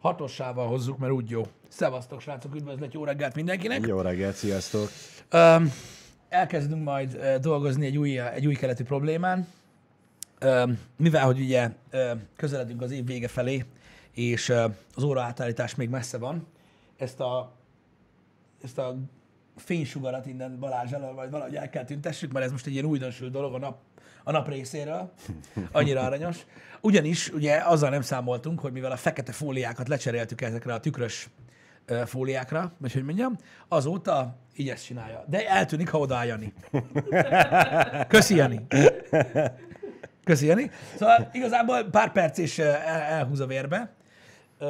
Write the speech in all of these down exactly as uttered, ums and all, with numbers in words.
hatossával hozzuk, mert úgy jó. Szevasztok, srácok, üdvözlet, jó reggelt mindenkinek. Jó reggelt, sziasztok. Um, elkezdünk majd uh, dolgozni egy új, egy új keletű problémán, um, mivel, hogy ugye uh, közeledünk az év vége felé, és uh, az óraátállítás még messze van, ezt a, ezt a fénysugarat innen Balázs elől majd valahogy el kell tüntessük, mert ez most egy ilyen újdonsült dolog a nap, a nap részéről, annyira aranyos. Ugyanis ugye azzal nem számoltunk, hogy mivel a fekete fóliákat lecseréltük ezekre a tükrös uh, fóliákra, vagy hogy mondjam, azóta így ezt csinálja. De eltűnik, ha odaáll Jani. Köszi, Jani. Köszi, Jani. Szóval igazából pár perc és uh, el, elhúz a vérbe. Uh,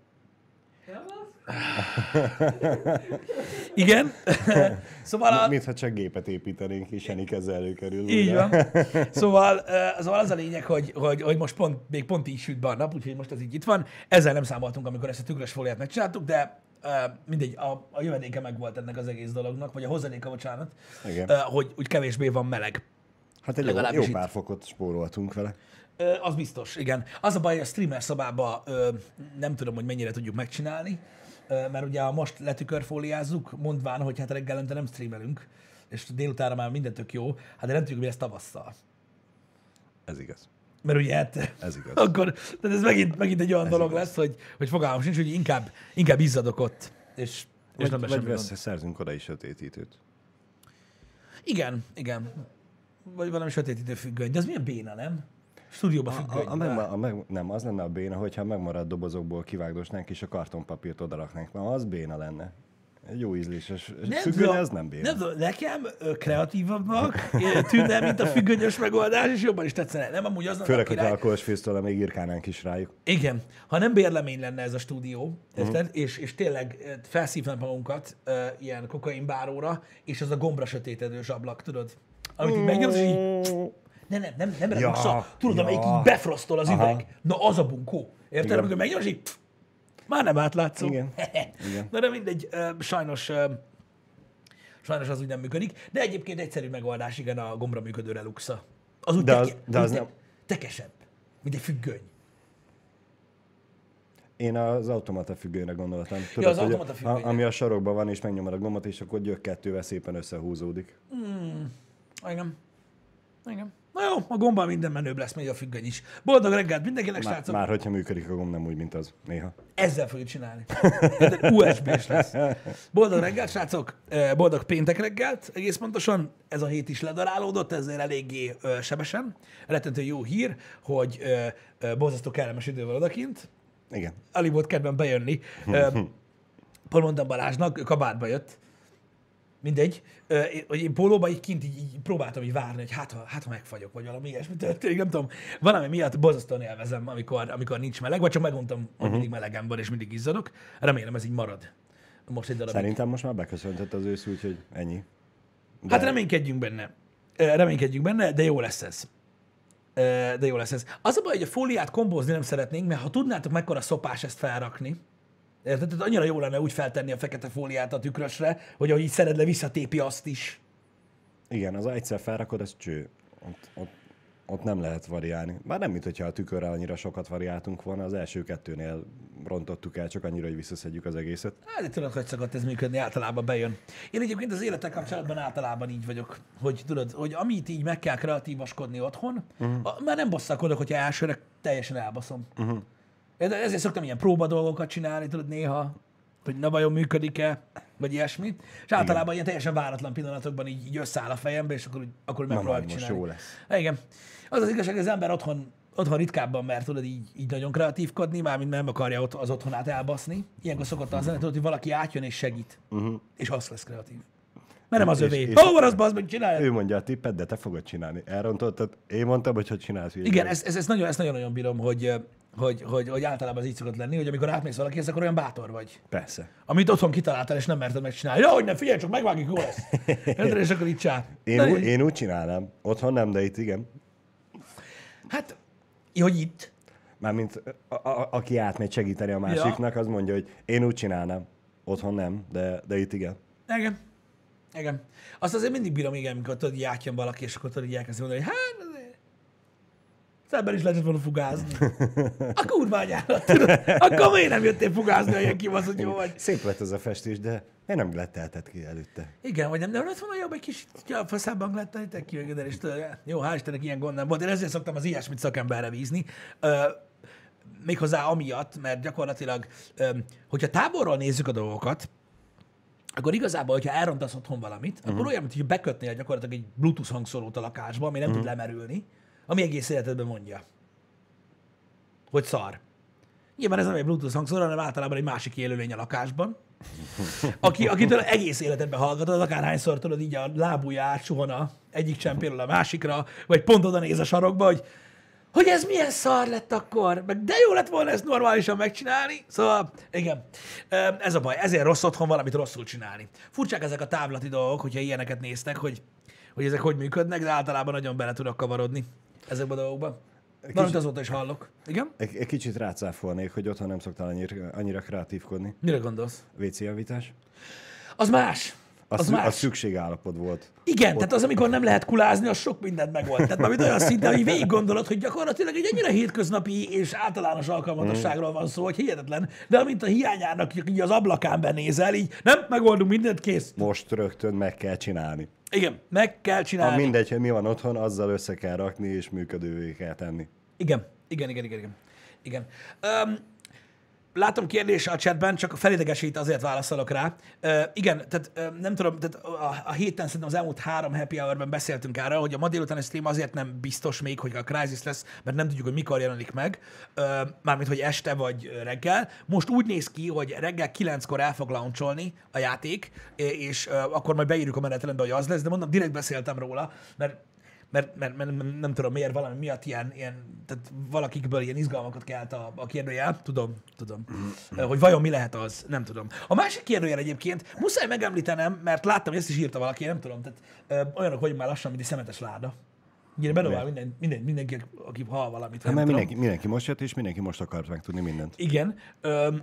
Igen. Szóval a... Mintha csak gépet építenénk, és Jani ezzel előkerül. Így van. Szóval, uh, szóval az a lényeg, hogy, hogy, hogy most pont, még pont így süt be a nap, úgyhogy most ez így itt van. Ezzel nem számoltunk, amikor ezt a tükrös fóliát megcsináltuk, de uh, mindegy, a, a jövedéke meg volt ennek az egész dolognak, vagy a hozadéka, bocsánat, uh, hogy úgy kevésbé van meleg. Hát egy jó, jó pár fokot spóroltunk vele. Ö, az biztos, igen. Az a baj, hogy a streamer szobába ö, nem tudom, hogy mennyire tudjuk megcsinálni, ö, mert ugye most letükörfóliázzuk, mondván, hogy hát reggelente nem streamelünk, és délutánra már minden tök jó, hát de nem tudjuk, mi ezt tavasszal. Ez igaz. Mert ugye hát, ez igaz. Akkor, tehát ez megint, megint egy olyan ez dolog igaz. lesz, hogy, hogy fogalmam sincs, hogy inkább, inkább izzadok ott, és, és vagy, nem lesz vagy semmi vesz, szerzünk oda is sötétítőt. Igen, igen. Vagy valami sötétítő függöny, de az milyen béna, nem? Stúdióba függöny. A, a, a, meg, a meg, nem, az lenne a béna, hogyha megmaradt dobozokból kivágdosnánk, és a kartonpapírt odaraknánk. Na, az béna lenne. Egy jó ízléses függöny, az nem béna. Nem tudom, nekem ö, kreatívabbnak tűnne, mint a függönyös megoldás, és jobban is tetszene. Nem, amúgy az Főleg, hogy alkoholos főztől még írkálnánk is rájuk. Igen. Ha nem bérlemény lenne ez a stúdió, érted? Uh-huh. És, és tényleg felszívnánk magunkat uh, ilyen kokainbáróra, és az a gombra sötétedős ablak, tudod? Amit így megnyomsz, és így... Nem, nem, nem, nem ja, ja, tudod, ja. amelyik így befrostol az Aha. üveg. Na, az a bunkó. Érted? Igen. Amikor megnyomsz, így pff, már nem átlátszó. Igen. Igen. Na, de mindegy, uh, sajnos, uh, sajnos az úgy nem működik. De egyébként egyszerű megoldás, igen, a gombra működő Reluxa. Az úgy de teke, az, de az te, nem... tekesebb, mint egy függöny. Én az automata függőre gondoltam. Tudod, ja, az automata függőny. Ami a sarokban van, és megnyomod a gombot, és akkor gyök kettővel szépen összehúzódik. Hmm. Igen. Igen. Na jó, a gombbal minden menőbb lesz, még a függöny is. Boldog reggelt mindenkinek, Már, srácok! már hogyha működik a gomb, nem úgy, mint az néha. Ezzel fogjuk csinálni. u es bé-s lesz. Boldog reggelt, srácok! Boldog péntek reggelt, egész pontosan. Ez a hét is ledarálódott, ezért eléggé ö, sebesen. Rettentő jó hír, hogy ö, ö, borzasztó kellemes idő van odakint. Igen. Alig volt kedvem bejönni. Pont mondtam Balázsnak, ő kabátba jött. Mindegy, hogy én pólóban így kint így, így próbáltam így várni, hogy hát ha, hát, ha megfagyok, vagy valami ilyesmi történik, nem tudom. Valami miatt borzasztóan élvezem, amikor, amikor nincs meleg, vagy csak meguntam, hogy uh-huh. mindig melegem van, és mindig izzadok. Remélem ez így marad. Most egy darabig. Szerintem most már beköszöntött az ősz, úgyhogy ennyi. De... Hát reménykedjünk benne. Reménykedjünk benne, de jó lesz ez. De jó lesz ez. Az a baj, hogy a fóliát kombózni nem szeretnénk, mert ha tudnátok, mekkora szopás ezt felrakni, érted? Tehát annyira jó lenne úgy feltenni a fekete fóliát a tükrösre, hogy ahogy így szeded le, visszatépi azt is. Igen, az egyszer felrakod, ez cső. Ott, ott, ott nem lehet variálni. Bár nem, mint hogyha a tükörrel annyira sokat variáltunk volna, az első kettőnél rontottuk el, csak annyira, hogy visszaszedjük az egészet. Hát, de tudod, hogy szokott ez működni, általában bejön. Én egyébként az élettel kapcsolatban általában így vagyok, hogy tudod, hogy amit így meg kell kreatívaskodni otthon, uh-huh. már nem bosszakodok, hogyha elsőre teljesen elbaszom. Uh-huh. Ezért szoktam ilyen próba dolgokat csinálni, tudod, néha, hogy na vajon működik-e, vagy ilyesmi. És általában igen. ilyen teljesen váratlan pillanatokban így, így összeáll a fejembe, és akkor, akkor megpróbáljuk csinálni. Jó lesz. Igen. Az az igazság, hogy az ember otthon, otthon ritkábban mer, tudod, így, így nagyon kreatívkodni, mármint nem akarja ott az otthonát elbaszni. Ilyenkor szokott az lenni, tudod, hogy valaki átjön és segít, uh-huh. és az lesz kreatív. Mert nem az övé. Hol van az, bazd meg, csinálja? Ő mondja a tippet, de te fogod csinálni. Elrontottad, én mondtam, hogy hogy csinálsz. Igen, ezt ez, ez nagyon, ezt nagyon-nagyon bírom, hogy, hogy, hogy, hogy általában az így szokott lenni, hogy amikor átmész valakihez, akkor olyan bátor vagy. Persze. Amit otthon kitaláltál, és nem merted megcsinálni. Ja, hogy nem, figyelj, csak megvágjuk, jó lesz. És akkor így csá. Én, ú, én úgy csinálnám. Otthon nem, de itt igen. Hát, hogy itt? Mármint a, a, aki átmegy segíteni a másiknak, ja. az mondja, hogy én úgy csinálnám. Otthon nem, de, de itt igen. Igen. Igen. Azt azért mindig bírom, igen, amikor tudod, így átjön valaki, és akkor tudod, így elkezdi mondani, hogy hát, Szemben is lehetett volna fugázni. A kurva anyára, tudod? Akkor miért nem jöttél fugázni, olyan kibaszott jó vagy? Szép lett az a festés, de én nem lettelted ki előtte. Igen, vagy nem, de lett volna jobb egy kis ja, faszában lettelni, te kiögedés. Jó, hál' Istennek ilyen gond nem volt. Én ezért szoktam az ilyesmit szakemberre bízni. Ö, méghozzá amiatt, mert gyakorlatilag, ö, hogyha távolról nézzük a dolgokat, akkor igazából, hogyha elrontasz otthon valamit, uh-huh. akkor olyan, mint hogy bekötnél gyakorlatilag egy Bluetooth hangszórót a lakásba, ami nem uh-huh. tud lemerülni, ami egész életedben mondja, hogy szar. Nyilván ez nem egy Bluetooth hangszóró, hanem általában egy másik élőlény a lakásban, aki, akitől egész életedben hallgatod, akárhányszor tudod, így a lábúja átsuhana egyik csempéről a másikra, vagy pont oda néz a sarokba, hogy hogy ez milyen szar lett akkor, meg de jó lett volna ezt normálisan megcsinálni. Szóval, igen, ez a baj. Ezért rossz otthon valamit rosszul csinálni. Furcsák ezek a távlati dolgok, hogyha ilyeneket néztek, hogy, hogy ezek hogy működnek, de általában nagyon bele tudok kavarodni ezekbe a dolgokba. Valamint azóta is hallok. Igen? Egy, egy kicsit rácáfolnék, hogy otthon nem szoktál annyira, annyira kreatívkodni. Mire gondolsz? vé cé javítás? Az más. Az, Az, szü- más. az szükségállapot volt. Igen, Ott... tehát az, amikor nem lehet kulázni, az sok mindent megold. Tehát már olyan szinten, hogy végig gondolod, hogy gyakorlatilag egy annyira hétköznapi és általános alkalmatosságról van szó, hogy hihetetlen, de amint a hiányának így az ablakán benézel, így nem, megoldunk mindent, kész. Most rögtön meg kell csinálni. Igen, meg kell csinálni. Ha mindegy, hogy mi van otthon, azzal össze kell rakni és működővé kell tenni. Igen, igen, igen, igen. igen. igen. Um, Látom kérdés a chatben, csak felidegesít, azért válaszolok rá. Uh, igen, tehát uh, nem tudom, tehát a, a héten szerintem az elmúlt három happy hour-ben beszéltünk erről, hogy a ma délutáni stream azért nem biztos még, hogy a Crysis lesz, mert nem tudjuk, hogy mikor jelenik meg, uh, mármint, hogy este vagy reggel. Most úgy néz ki, hogy reggel kilenckor el fog launcholni a játék, és uh, akkor majd beírjuk a menetrendbe, hogy az lesz, de mondom, direkt beszéltem róla, mert Mert, mert, mert nem, nem tudom miért, valami miatt ilyen, ilyen tehát valakikből ilyen izgalmakat kelt a, a kérdőjel. Tudom, tudom. Hogy vajon mi lehet az, nem tudom. A másik kérdőjel egyébként muszáj megemlítenem, mert láttam, hogy ezt is írta valaki, nem tudom, tehát ö, olyanok vagyunk már lassan, mint egy szemetes láda. Ugye bedobál minden, minden, mindenki, aki hall valamit. Hát, mert mindenki, mindenki most jött, és mindenki most akart megtudni mindent. Igen. Ö,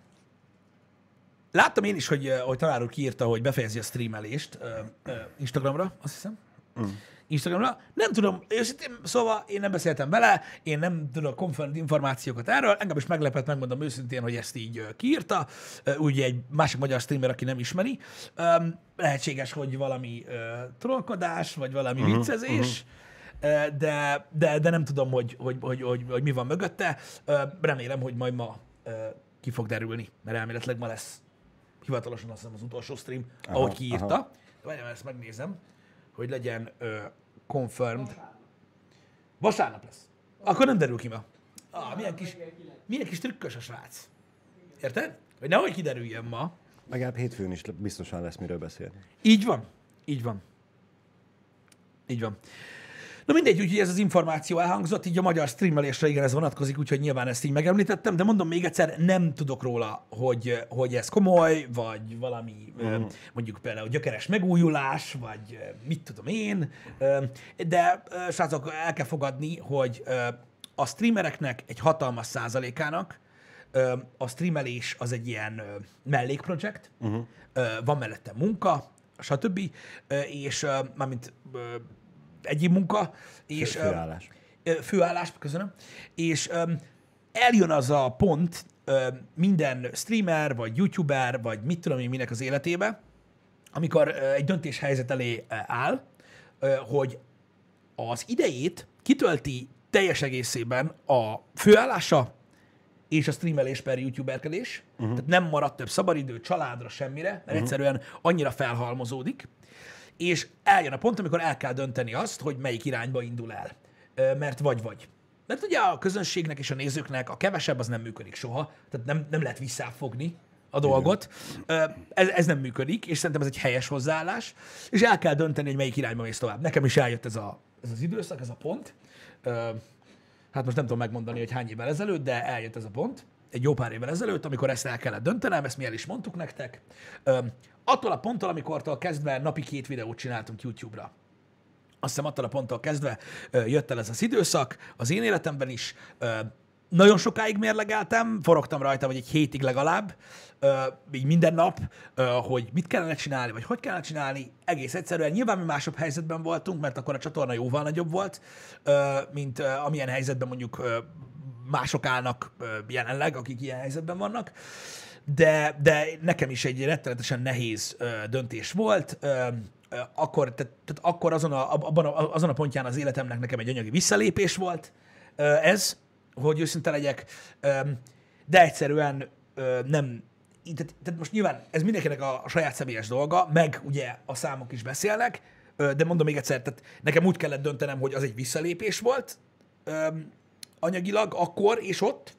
láttam én is, hogy, hogy tanár úr kiírta, hogy befejezi a streamelést ö, ö, Instagramra, azt hiszem. Mm. Instagramra. Nem tudom, őszintén, szóval én nem beszéltem vele, én nem tudok confirmed információkat erről, engem is meglepett, megmondom őszintén, hogy ezt így kiírta, úgy egy másik magyar streamer, aki nem ismeri. Lehetséges, hogy valami trollkodás, vagy valami uh-huh, viccezés, uh-huh. De, de, de nem tudom, hogy, hogy, hogy, hogy, hogy mi van mögötte. Remélem, hogy majd ma ki fog derülni, mert elméletileg ma lesz hivatalosan azt hiszem az utolsó stream, aha, ahogy kiírta. Várjál, ezt megnézem, hogy legyen uh, confirmed. Vasárnap lesz. Akkor nem derül ki ma. Ah, milyen kis, milyen kis trükkös a srác. Érted? Hogy nehogy kiderüljön ma. Legalább hétfőn is biztosan lesz miről beszélni. Így van. Így van. Így van. Na mindegy, úgyhogy ez az információ elhangzott, így a magyar streamelésre igen, ez vonatkozik, úgyhogy nyilván ezt így megemlítettem, de mondom még egyszer, nem tudok róla, hogy, hogy ez komoly, vagy valami uh-huh. mondjuk például gyökeres megújulás, vagy mit tudom én, de srácok, el kell fogadni, hogy a streamereknek egy hatalmas százalékának a streamelés az egy ilyen mellékprojekt, uh-huh. van mellette munka, stb. És mármint egyéb munka, és főállás. Főállás, köszönöm. És um, eljön az a pont um, minden streamer, vagy youtuber, vagy mit tudom én minek az életébe, amikor uh, egy döntéshelyzet elé uh, áll, uh, hogy az idejét kitölti teljes egészében a főállása és a streamelés per youtuberkedés, uh-huh. tehát nem marad több szabadidő, családra, semmire, mert uh-huh. egyszerűen annyira felhalmozódik, és eljön a pont, amikor el kell dönteni azt, hogy melyik irányba indul el. Mert vagy-vagy. Mert ugye a közönségnek és a nézőknek a kevesebb az nem működik soha, tehát nem, nem lehet visszafogni a dolgot. Ez, ez nem működik, és szerintem ez egy helyes hozzáállás, és el kell dönteni, hogy melyik irányba mész tovább. Nekem is eljött ez, a, ez az időszak, ez a pont. Hát most nem tudom megmondani, hogy hány évvel ezelőtt, de eljött ez a pont. Egy jó pár évvel ezelőtt, amikor ezt el kellett döntenem, ezt mi el is mondtuk nektek. Attól a ponttól, amikortól kezdve napi két videót csináltunk YouTube-ra. Azt hiszem attól a ponttól kezdve jött el ez az időszak, az én életemben is. nagyon sokáig mérlegeltem, forogtam rajta, vagy egy hétig legalább, ö, így minden nap, ö, hogy mit kellene csinálni, vagy hogy kellene csinálni. Egész egyszerűen nyilván mi másabb helyzetben voltunk, mert akkor a csatorna jóval nagyobb volt, ö, mint ö, amilyen helyzetben mondjuk ö, mások állnak ö, jelenleg, akik ilyen helyzetben vannak. De, de nekem is egy rettenetesen nehéz ö, döntés volt. Ö, ö, akkor, tehát, tehát akkor azon a, abban a, azon a pontján az életemnek nekem egy anyagi visszalépés volt ö, ez, hogy őszinte legyek, ö, de egyszerűen ö, nem, tehát, tehát most nyilván ez mindenkinek a, a saját személyes dolga, meg ugye a számok is beszélnek, ö, de mondom még egyszer, tehát nekem úgy kellett döntenem, hogy az egy visszalépés volt ö, anyagilag akkor és ott,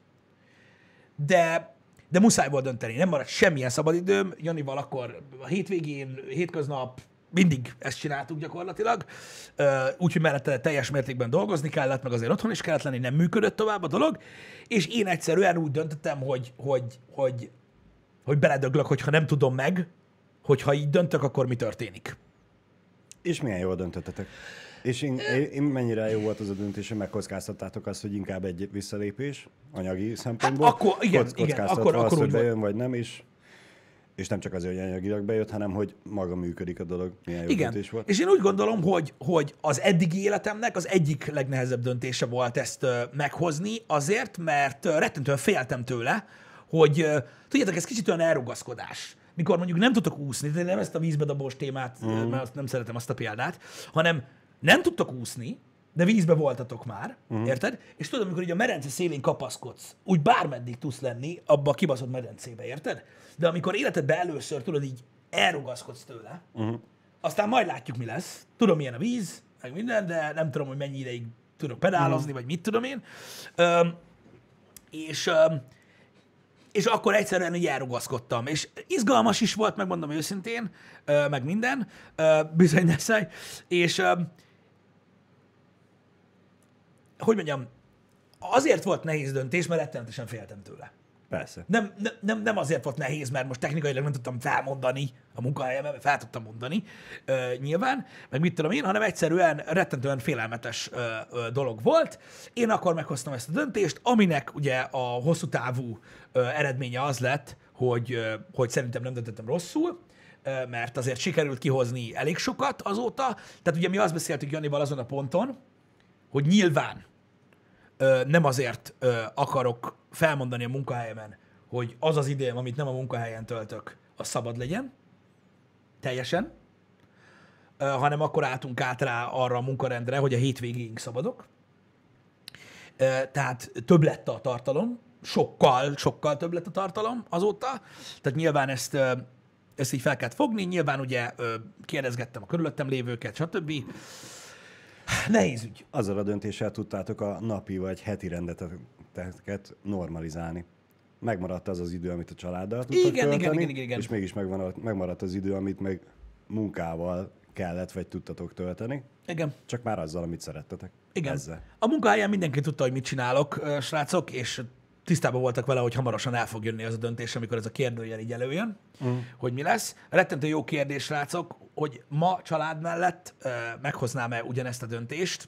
de De muszáj volt dönteni, nem maradt semmilyen szabadidőm. Janival akkor a hétvégén, hétköznap mindig ezt csináltuk gyakorlatilag, úgyhogy mellette teljes mértékben dolgozni kellett, meg azért otthon is kellett lenni, nem működött tovább a dolog, és én egyszerűen úgy döntöttem, hogy, hogy, hogy, hogy beledöglök, hogyha nem tudom meg, hogyha így döntök, akkor mi történik. És milyen jól döntöttetek? És én, én mennyire jó volt az a döntés, hogy megkockáztattátok azt, hogy inkább egy visszalépés anyagi szempontból. Hát akkor, igen, igen, akkor, azt, akkor hogy úgy bejön, volt. vagy nem is. És nem csak azért, hogy anyagilag bejött, hanem hogy maga működik a dolog. Milyen jó Igen, döntés volt. és én úgy gondolom, hogy, hogy az eddigi életemnek az egyik legnehezebb döntése volt ezt uh, meghozni, azért, mert uh, rettentően féltem tőle, hogy uh, tudjátok, ez kicsit olyan elrugaszkodás. Mikor mondjuk nem tudtok úszni, de nem ezt a vízbedobós témát, mm. mert azt nem szeretem azt a példát, hanem nem tudtok úszni, de vízbe voltatok már, uh-huh. érted? És tudod, amikor így a medence szélén kapaszkodsz, úgy bármeddig tudsz lenni abba a kibaszott medencébe, érted? De amikor életedben először, tudod, így elrugaszkodsz tőle, uh-huh. aztán majd látjuk, mi lesz. Tudom, milyen a víz, meg minden, de nem tudom, hogy mennyi ideig tudok pedálozni, uh-huh. vagy mit tudom én. Öm, és, öm, és akkor egyszerűen így elrugaszkodtam. És izgalmas is volt, megmondom őszintén, ö, meg minden, ö, bizony neszaj, és ö, hogy mondjam, azért volt nehéz döntés, mert rettenetesen féltem tőle. Persze. Nem, nem, nem, nem azért volt nehéz, mert most technikailag nem tudtam felmondani a munkahelyemet, mert fel tudtam mondani ö, nyilván, meg mit tudom én, hanem egyszerűen rettentően félelmetes ö, ö, dolog volt. Én akkor meghoztam ezt a döntést, aminek ugye a hosszú távú ö, eredménye az lett, hogy, ö, hogy szerintem nem döntöttem rosszul, ö, mert azért sikerült kihozni elég sokat azóta. Tehát ugye mi azt beszéltük Janival azon a ponton, hogy nyilván ö, nem azért ö, akarok felmondani a munkahelyemen, hogy az az időm, amit nem a munkahelyen töltök, az szabad legyen, teljesen, ö, hanem akkor álltunk át rá arra a munkarendre, hogy a hétvégéink szabadok. Ö, tehát több lett a tartalom, sokkal, sokkal több lett a tartalom azóta, tehát nyilván ezt, ö, ezt így fel kellett fogni, nyilván ugye ö, kérdezgettem a körülöttem lévőket, stb. Nehéz ügy. Azzal a döntéssel tudtátok a napi vagy heti rendeteket normalizálni. Megmaradt az az idő, amit a családdal tudtak Igen, tölteni, igen, igen, igen, igen. és mégis megmaradt, megmaradt az idő, amit meg munkával kellett, vagy tudtatok tölteni. Igen. Csak már azzal, amit szerettetek. Igen. Ezzel. A munkahelyen mindenki tudta, hogy mit csinálok, ö, srácok, és tisztában voltak vele, hogy hamarosan el fog jönni az a döntés, amikor ez a kérdőjel így előjön, mm. hogy mi lesz. Rettentő jó kérdés, srácok, hogy ma család mellett ö, meghoznám-e ugyanezt a döntést,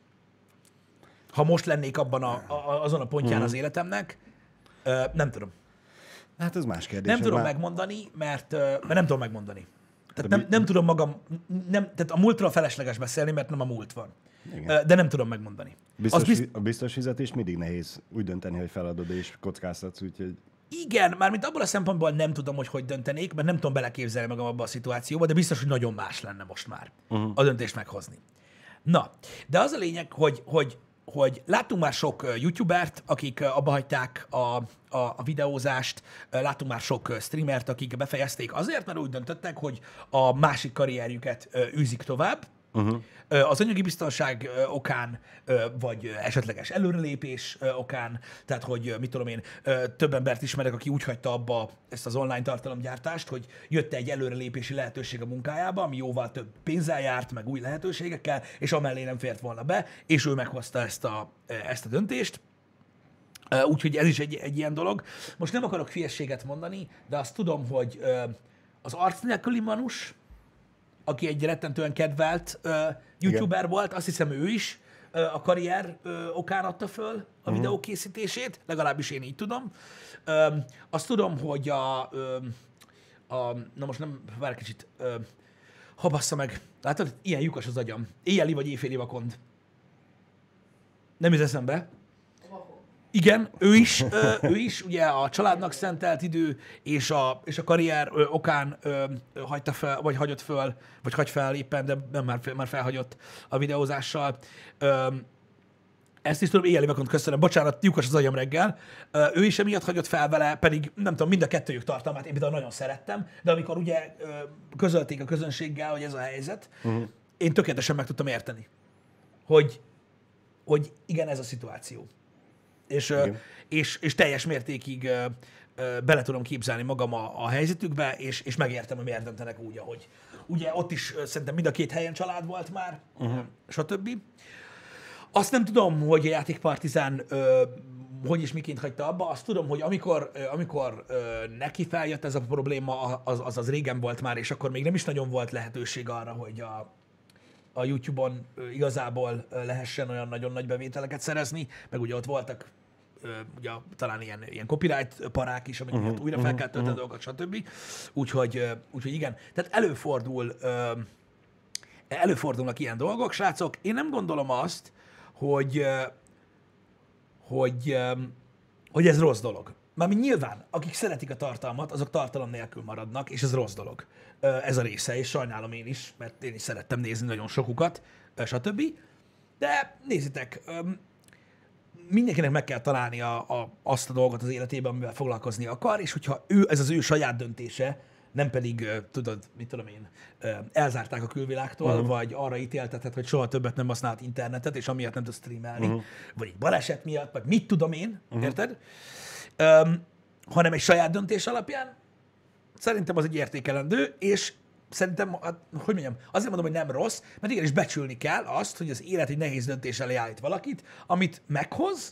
ha most lennék abban a, a, azon a pontján mm. az életemnek, ö, nem tudom. Hát ez más kérdés. Nem tudom már... megmondani, mert, ö, mert nem tudom megmondani. Tehát nem, nem tudom magam, nem, tehát a múltról felesleges beszélni, mert nem a múlt van. Igen. De nem tudom megmondani. Biztos, bizt... A biztos fizetés mindig nehéz úgy dönteni, hogy feladod és kockáztatsz, úgyhogy... Igen, mármint abból a szempontból nem tudom, hogy hogy döntenék, mert nem tudom beleképzelni magam abba a szituációba, de biztos, hogy nagyon más lenne most már uh-huh. a döntést meghozni. Na, de az a lényeg, hogy, hogy, hogy láttunk már sok youtubert, akik abba hagyták a, a, a videózást, láttunk már sok streamert, akik befejezték azért, mert úgy döntöttek, hogy a másik karrierjüket űzik tovább, Uh-huh. Az anyagi biztonság okán, vagy esetleges előrelépés okán, tehát hogy mit tudom én, több embert ismerek, aki úgy hagyta abba ezt az online tartalomgyártást, hogy jött egy előrelépési lehetőség a munkájába, ami jóval több pénzzel járt, meg új lehetőségekkel, és amellé nem fért volna be, és ő meghozta ezt a, ezt a döntést. Úgyhogy ez is egy, egy ilyen dolog. Most nem akarok hülyességet mondani, de azt tudom, hogy az arc nélküli Manus, aki egy rettentően kedvelt uh, youtuber Igen. volt, azt hiszem ő is ö, a karrier ö, okán adta föl a uh-huh. videó készítését, legalábbis én így tudom. Ö, azt tudom, hogy a, ö, a na most nem, várj kicsit, ö, ha bassza meg, látod, ilyen lyukas az agyam. Éjjeli vagy éjféli vakond. Nem jut eszembe. Igen, ő is, ö, ő is ugye a családnak szentelt idő és a, és a karrier ö, okán ö, ö, hagyta fel, vagy hagyott föl, vagy hagy fel éppen, de nem, már, már felhagyott a videózással. Ö, ezt is tudom, éjjeli vakond, köszönöm, bocsánat, lyukas az agyam reggel. Ö, ő is emiatt hagyott fel vele, pedig nem tudom, mind a kettőjük tartalmát én például nagyon szerettem, de amikor ugye ö, közölték a közönséggel, hogy ez a helyzet, uh-huh. én tökéletesen meg tudtam érteni, hogy, hogy igen, ez a szituáció. És, és, és teljes mértékig ö, ö, bele tudom képzelni magam a, a helyzetükbe, és, és megértem, hogy miért döntenek úgy, ahogy. Ugye ott is ö, szerintem mind a két helyen család volt már, uh-huh. stb. Azt nem tudom, hogy a játékpartizán ö, hogy és miként hagyta abba. Azt tudom, hogy amikor, ö, amikor ö, neki feljött ez a probléma, az, az az régen volt már, és akkor még nem is nagyon volt lehetőség arra, hogy a a YouTube-on igazából lehessen olyan nagyon nagy bevételeket szerezni, meg ugye ott voltak ugye, talán ilyen, ilyen copyright parák is, amik uh-huh, újra fel kell tölteni uh-huh. dolgokat, stb. Úgyhogy, úgyhogy igen. Tehát előfordul, előfordulnak ilyen dolgok, srácok. Én nem gondolom azt, hogy, hogy, hogy ez rossz dolog. Mármint nyilván, akik szeretik a tartalmat, azok tartalom nélkül maradnak, és ez rossz dolog. Ez a része, és sajnálom én is, mert én is szerettem nézni nagyon sokukat, stb. De nézzétek, mindenkinek meg kell találnia a, azt a dolgot az életében, amivel foglalkozni akar, és hogyha ő, ez az ő saját döntése, nem pedig, tudod, mit tudom én, elzárták a külvilágtól, uh-huh. vagy arra ítélteted, hogy soha többet nem használt internetet, és amiatt nem tudsz streamelni, uh-huh. vagy egy baleset miatt, vagy mit tudom én, uh-huh. érted? Um, hanem egy saját döntés alapján, szerintem az egy értékelendő, és szerintem, hogy mondjam, azért mondom, hogy nem rossz, mert igenis becsülni kell azt, hogy az élet egy nehéz döntés elé állít valakit, amit meghoz,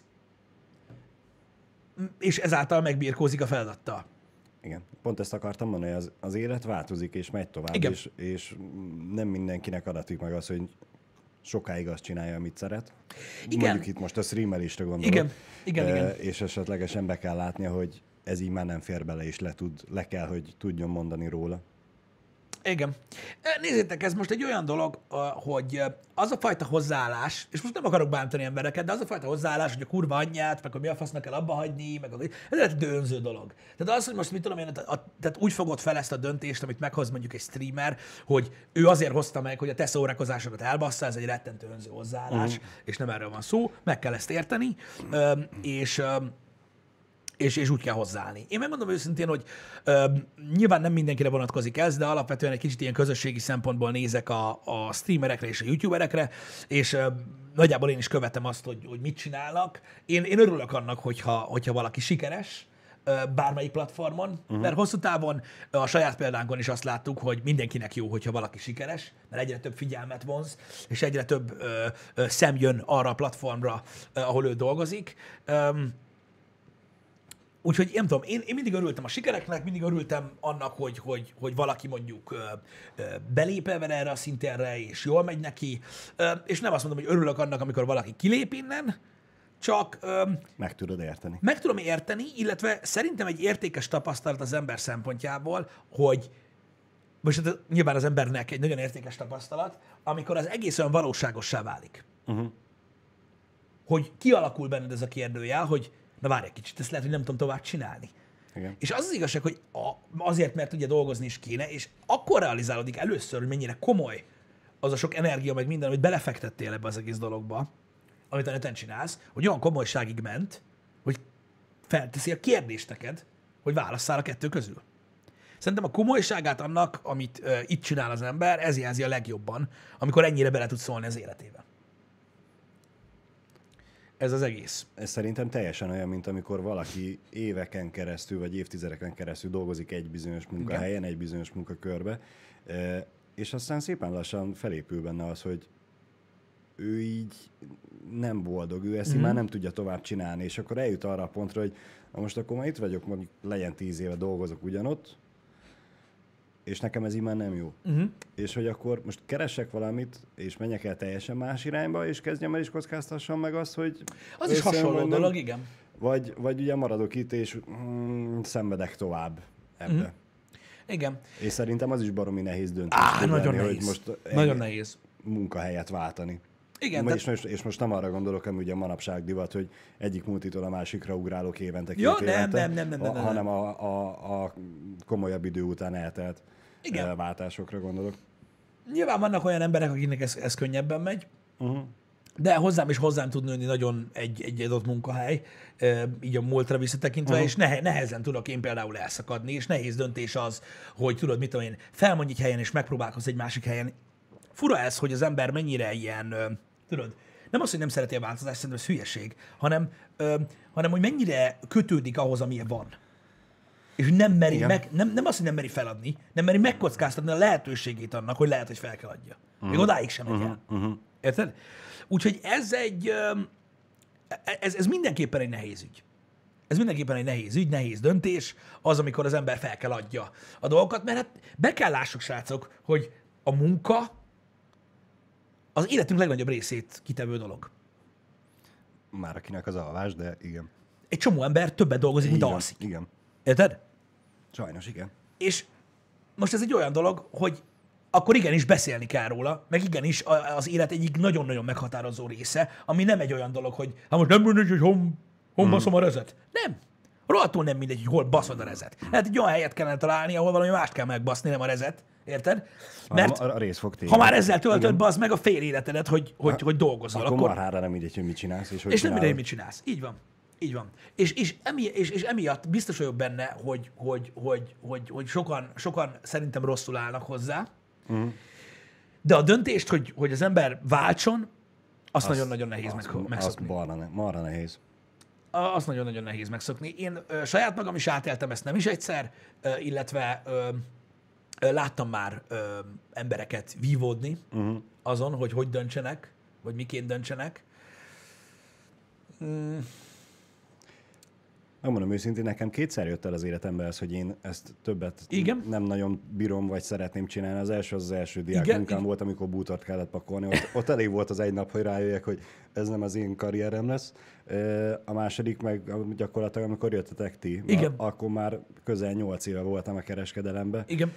és ezáltal megbirkózik a feladattal. Igen, pont ezt akartam mondani, hogy az, az élet változik és megy tovább, Igen. és, és nem mindenkinek adatik meg az, hogy sokáig azt csinálja, amit szeret. Igen. Mondjuk itt most a streamelésre gondolok. Igen, igen, igen. És esetlegesen be kell látnia, hogy ez így már nem fér bele, és le, tud, le kell, hogy tudjon mondani róla. Igen. Nézzétek, ez most egy olyan dolog, hogy az a fajta hozzáállás, és most nem akarok bántani embereket, de az a fajta hozzáállás, hogy a kurva anyját, meg hogy mi a fasznak kell abba hagyni, meg a... ez egy dönző dolog. Tehát az, hogy most mit tudom én, a, a, tehát úgy fogod fel ezt a döntést, amit meghoz mondjuk egy streamer, hogy ő azért hozta meg, hogy a te szórakozásodat elbassza, ez egy rettentő önző hozzáállás, uh-huh. és nem erről van szó, meg kell ezt érteni, és És, és úgy kell hozzáállni. Én megmondom őszintén, hogy ö, nyilván nem mindenkire vonatkozik ez, de alapvetően egy kicsit ilyen közösségi szempontból nézek a, a streamerekre és a youtuberekre, és ö, nagyjából én is követem azt, hogy, hogy mit csinálnak. Én, én örülök annak, hogyha, hogyha valaki sikeres ö, bármelyik platformon, uh-huh. mert hosszú távon a saját példánkon is azt láttuk, hogy mindenkinek jó, hogyha valaki sikeres, mert egyre több figyelmet vonz, és egyre több ö, ö, szem jön arra a platformra, ö, ahol ő dolgozik. Ö, Úgyhogy nem tudom, én, én mindig örültem a sikereknek, mindig örültem annak, hogy, hogy, hogy valaki mondjuk ö, ö, belép el erre a szinterre, és jól megy neki, ö, és nem azt mondom, hogy örülök annak, amikor valaki kilép innen, csak... Ö, meg tudod érteni. Meg tudom érteni, illetve szerintem egy értékes tapasztalat az ember szempontjából, hogy most hát nyilván az embernek egy nagyon értékes tapasztalat, amikor az egész olyan valóságossá válik. Uh-huh. Hogy kialakul benned ez a kérdőjel, hogy na várj egy kicsit, ezt lehet, hogy nem tudom tovább csinálni. Igen. És az az igazság, hogy a, azért, mert ugye dolgozni is kéne, és akkor realizálódik először, hogy mennyire komoly az a sok energia, meg minden, amit belefektettél ebbe az egész dologba, amit a neten csinálsz, hogy olyan komolyságig ment, hogy felteszi a kérdést neked, hogy válasszál a kettő közül. Szerintem a komolyságát annak, amit uh, itt csinál az ember, ez jelzi a legjobban, amikor ennyire bele tud szólni az életébe. Ez az egész. Ez szerintem teljesen olyan, mint amikor valaki éveken keresztül, vagy évtizedeken keresztül dolgozik egy bizonyos munkahelyen, egy bizonyos munkakörbe, és aztán szépen lassan felépül benne az, hogy ő így nem boldog, ő ezt mm-hmm. már nem tudja tovább csinálni, és akkor eljut arra a pontra, hogy most akkor már itt vagyok, mondjuk legyen tíz éve dolgozok ugyanott, és nekem ez immár nem jó. Uh-huh. És hogy akkor most keresek valamit, és menjek el teljesen más irányba, és kezdjem el is kockáztassam meg azt, hogy... Az is hasonló nem, dolog, igen. Vagy, vagy ugye maradok itt, és mm, szenvedek tovább ebbe. Uh-huh. Igen. És szerintem az is baromi nehéz döntés. Á, nagyon lenni, nehéz. Hogy most nagyon nehéz. Munkahelyet váltani. Igen. És, tehát... most, és most nem arra gondolok, ami ugye manapság divat, hogy egyik multitól a másikra ugrálok évente, két ja, évente, nem, nem, nem, nem, nem, hanem a, a, a komolyabb idő után eltelt igen. váltásokra gondolok. Nyilván vannak olyan emberek, akiknek ez, ez könnyebben megy, Uh-huh. de hozzám is hozzám tud nőni nagyon egy, egy adott munkahely, így a múltra visszatekintve, uh-huh. és nehe, nehezen tudok én például elszakadni, és nehéz döntés az, hogy tudod, mit tudom én, felmondj egy helyen, és megpróbálkozz egy másik helyen. Fura ez, hogy az ember mennyire ilyen, tudod, nem az, hogy nem szereti a változást, szerintem ez hülyeség, hanem, hanem hogy mennyire kötődik ahhoz, amilyen van. És nem meri, meg, nem, nem azt, hogy nem meri feladni, nem meri megkockáztatni a lehetőségét annak, hogy lehet, hogy fel kell adja. Uh-huh. Még odáig sem megy el. Uh-huh. Érted? Úgyhogy ez egy, ez, ez mindenképpen egy nehéz ügy. Ez mindenképpen egy nehéz ügy, nehéz döntés, az, amikor az ember fel kell adja a dolgokat, mert hát be kell lássuk, srácok, hogy a munka az életünk legnagyobb részét kitevő dolog. Már akinek az alvás, de igen. Egy csomó ember többet dolgozik, mint igen, alszik. Igen. Érted? Sajnos, igen. És most ez egy olyan dolog, hogy akkor igenis beszélni kell róla, meg igenis az élet egyik nagyon-nagyon meghatározó része, ami nem egy olyan dolog, hogy hát most nem mindegy, hogy hon, hon baszom a rezet. Nem. Rohadtul nem mindegy, hogy hol baszod a rezet. Hát egy olyan helyet kellene találni, ahol valami mást kell megbaszni, nem a rezet. Érted? Mert a, a rész fog ha már ezzel töltöd be az meg a fél életedet, hogy, hogy, hogy dolgozol. Akkor, akkor marhára nem mindegy, hogy mit csinálsz. És, hogy és nem mindegy, mit csinálsz. Így van. Így van. És, és, emi, és, és emiatt biztos vagyok benne, hogy, hogy, hogy, hogy, hogy sokan, sokan szerintem rosszul állnak hozzá. Uh-huh. De a döntést, hogy, hogy az ember váltson, azt nagyon-nagyon nehéz azt, meg, megszokni. Azt marra, marra nehéz. Azt nagyon-nagyon nehéz megszokni. Én ö, saját magam is átéltem ezt nem is egyszer, ö, illetve ö, ö, láttam már ö, embereket vívódni uh-huh. azon, hogy hogy döntsenek, vagy miként döntsenek. Mm. Megmondom őszintén, nekem kétszer jött el az életembe ez, hogy én ezt többet Igen? nem nagyon bírom, vagy szeretném csinálni. Az első az az első diák munkám volt, amikor bútort kellett pakolni. Ott, ott elég volt az egy nap, hogy rájöjjek, hogy ez nem az én karrierem lesz. A második meg gyakorlatilag, amikor jöttetek ti, Igen. akkor már közel nyolc éve voltam a kereskedelemben. Igen.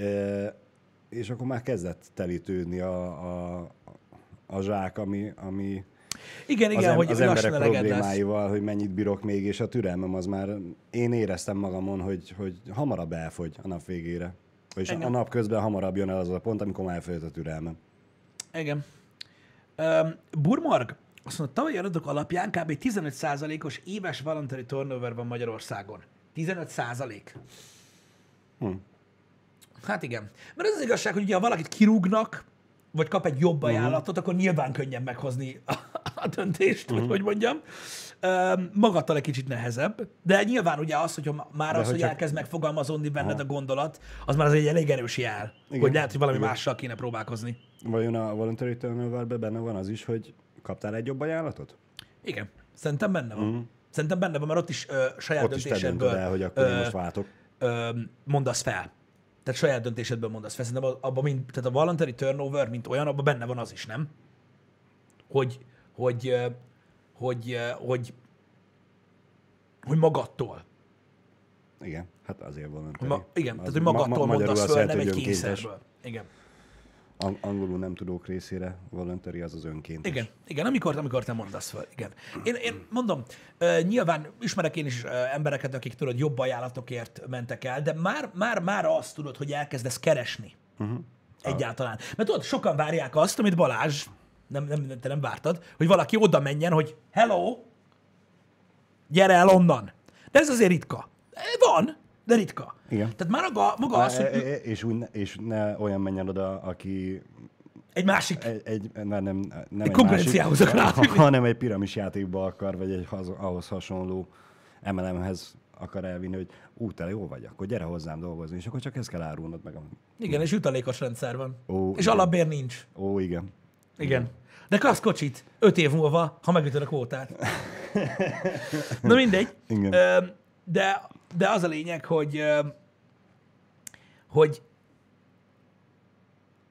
És akkor már kezdett telítődni a, a, a zsák, ami... ami Igen, igen, az, em, hogy az emberek problémáival, hogy mennyit bírok még, és a türelmem az már, én éreztem magamon, hogy, hogy hamarabb elfogy a nap végére. És a nap közben hamarabb jön el az a pont, amikor már elfogyott a türelmem. Igen. Um, Burmorg, azt mondta, tavalyi adatok alapján kb. tizenöt százalékos éves voluntary turnover van Magyarországon. tizenöt százalék. Hm. Hát igen. Mert az az igazság, hogy ugye ha valakit kirúgnak, vagy kap egy jobb ajánlatot, uh-huh. akkor nyilván könnyen meghozni a, a döntést, uh-huh. vagy hogy mondjam. Um, magadtal egy kicsit nehezebb, de nyilván ugye az, hogyha már de az, hogy csak... elkezd megfogalmazódni benned Aha. a gondolat, az már az egy elég erős jel, igen. hogy lehet, hogy valami igen. mással kéne próbálkozni. Vajon a voluntary turnover-ben benne van az is, hogy kaptál egy jobb ajánlatot? Igen, szerintem benne van. Uh-huh. Szerintem benne van, mert ott is ö, saját ott döntésedből is el, hogy akkor ö, most váltok. Ö, mondasz fel. Tehát saját döntésedből mondasz fel. Szerintem abban mind, tehát a voluntary turnover, mint olyan, abban benne van az is, nem? Hogy, hogy, hogy, hogy, hogy magadtól. Igen, hát azért voluntary. Ma, igen, az tehát hogy magadtól ma, mondasz föl, nem egy kényszerből. Igen. Angolul nem tudók részére voluntary az az önkéntes. Igen, igen, amikor, amikor te mondasz föl, igen. Én, én mondom, uh, nyilván ismerek én is uh, embereket, akik tudod, jobb ajánlatokért mentek el, de már, már, már azt tudod, hogy elkezdesz keresni uh-huh. egyáltalán. Mert tudod, sokan várják azt, amit Balázs, nem, nem, te nem vártad, hogy valaki oda menjen, hogy hello, gyere el onnan. De ez azért ritka. Van, de ritka. Igen. Tehát már maga, maga az, hogy... És, úgy ne, és ne olyan menjen oda, aki... Egy másik... Egy, egy, nem, nem, nem egy, egy konkurenciához akar hanem egy piramis játékba akar, vagy egy ahhoz hasonló em el em-hez akar elvinni, hogy ú, te jó vagy, akkor gyere hozzám dolgozni, és akkor csak ezt kell árulnod meg. A... Igen, és jutalékos rendszer van. Ó, és igen. Alapbér nincs. Ó, igen. Igen. De kapsz kocsit öt év múlva, ha megütöd a kvótát. Na mindegy. Igen. De, de az a lényeg, hogy, hogy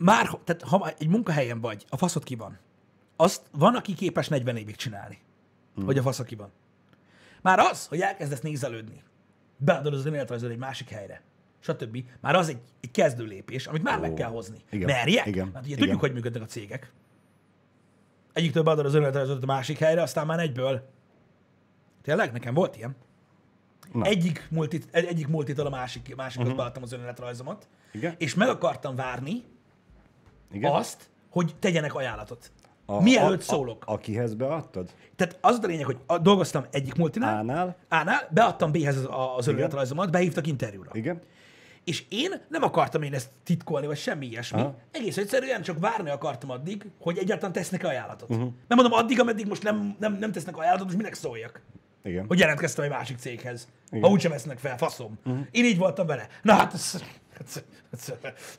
már, tehát ha egy munkahelyen vagy, a faszod ki van, azt van, aki képes negyven évig csinálni, hmm. hogy a faszod ki van. Már az, hogy elkezdesz nézelődni, beadod az önéletrajzod egy másik helyre, stb. Már az egy, egy kezdő lépés, amit már oh. meg kell hozni. Igen. Merjek? Igen. Mert ugye Igen. tudjuk, hogy működnek a cégek. Egyiktől beadod az önéletrajzot a másik helyre, aztán már egyből. Tényleg? Nekem volt ilyen. Na. Egyik, multit, egy, egyik multitól a másik, másikhoz uh-huh. beadtam az önéletrajzomat, Igen. és meg akartam várni Igen. azt, hogy tegyenek ajánlatot. A, Mielőtt a, szólok. A, akihez beadtad? Tehát az a lényeg, hogy a, dolgoztam egyik multinál, Ánál? Ánál, beadtam B-hez az, az önéletrajzomat, behívtak interjúra. Igen. És én nem akartam én ezt titkolni, vagy semmi ilyesmi. Aha. Egész egyszerűen csak várni akartam addig, hogy egyáltalán tesznek ajánlatot. Uh-huh. Nem mondom addig, ameddig most nem, nem, nem tesznek ajánlatot, most minek szóljak. Igen. Hogy jelentkeztem egy másik céghez. Igen. Ha úgysem vesznek fel, faszom. Uh-huh. Én így voltam vele. Na hát, ez, ez, ez,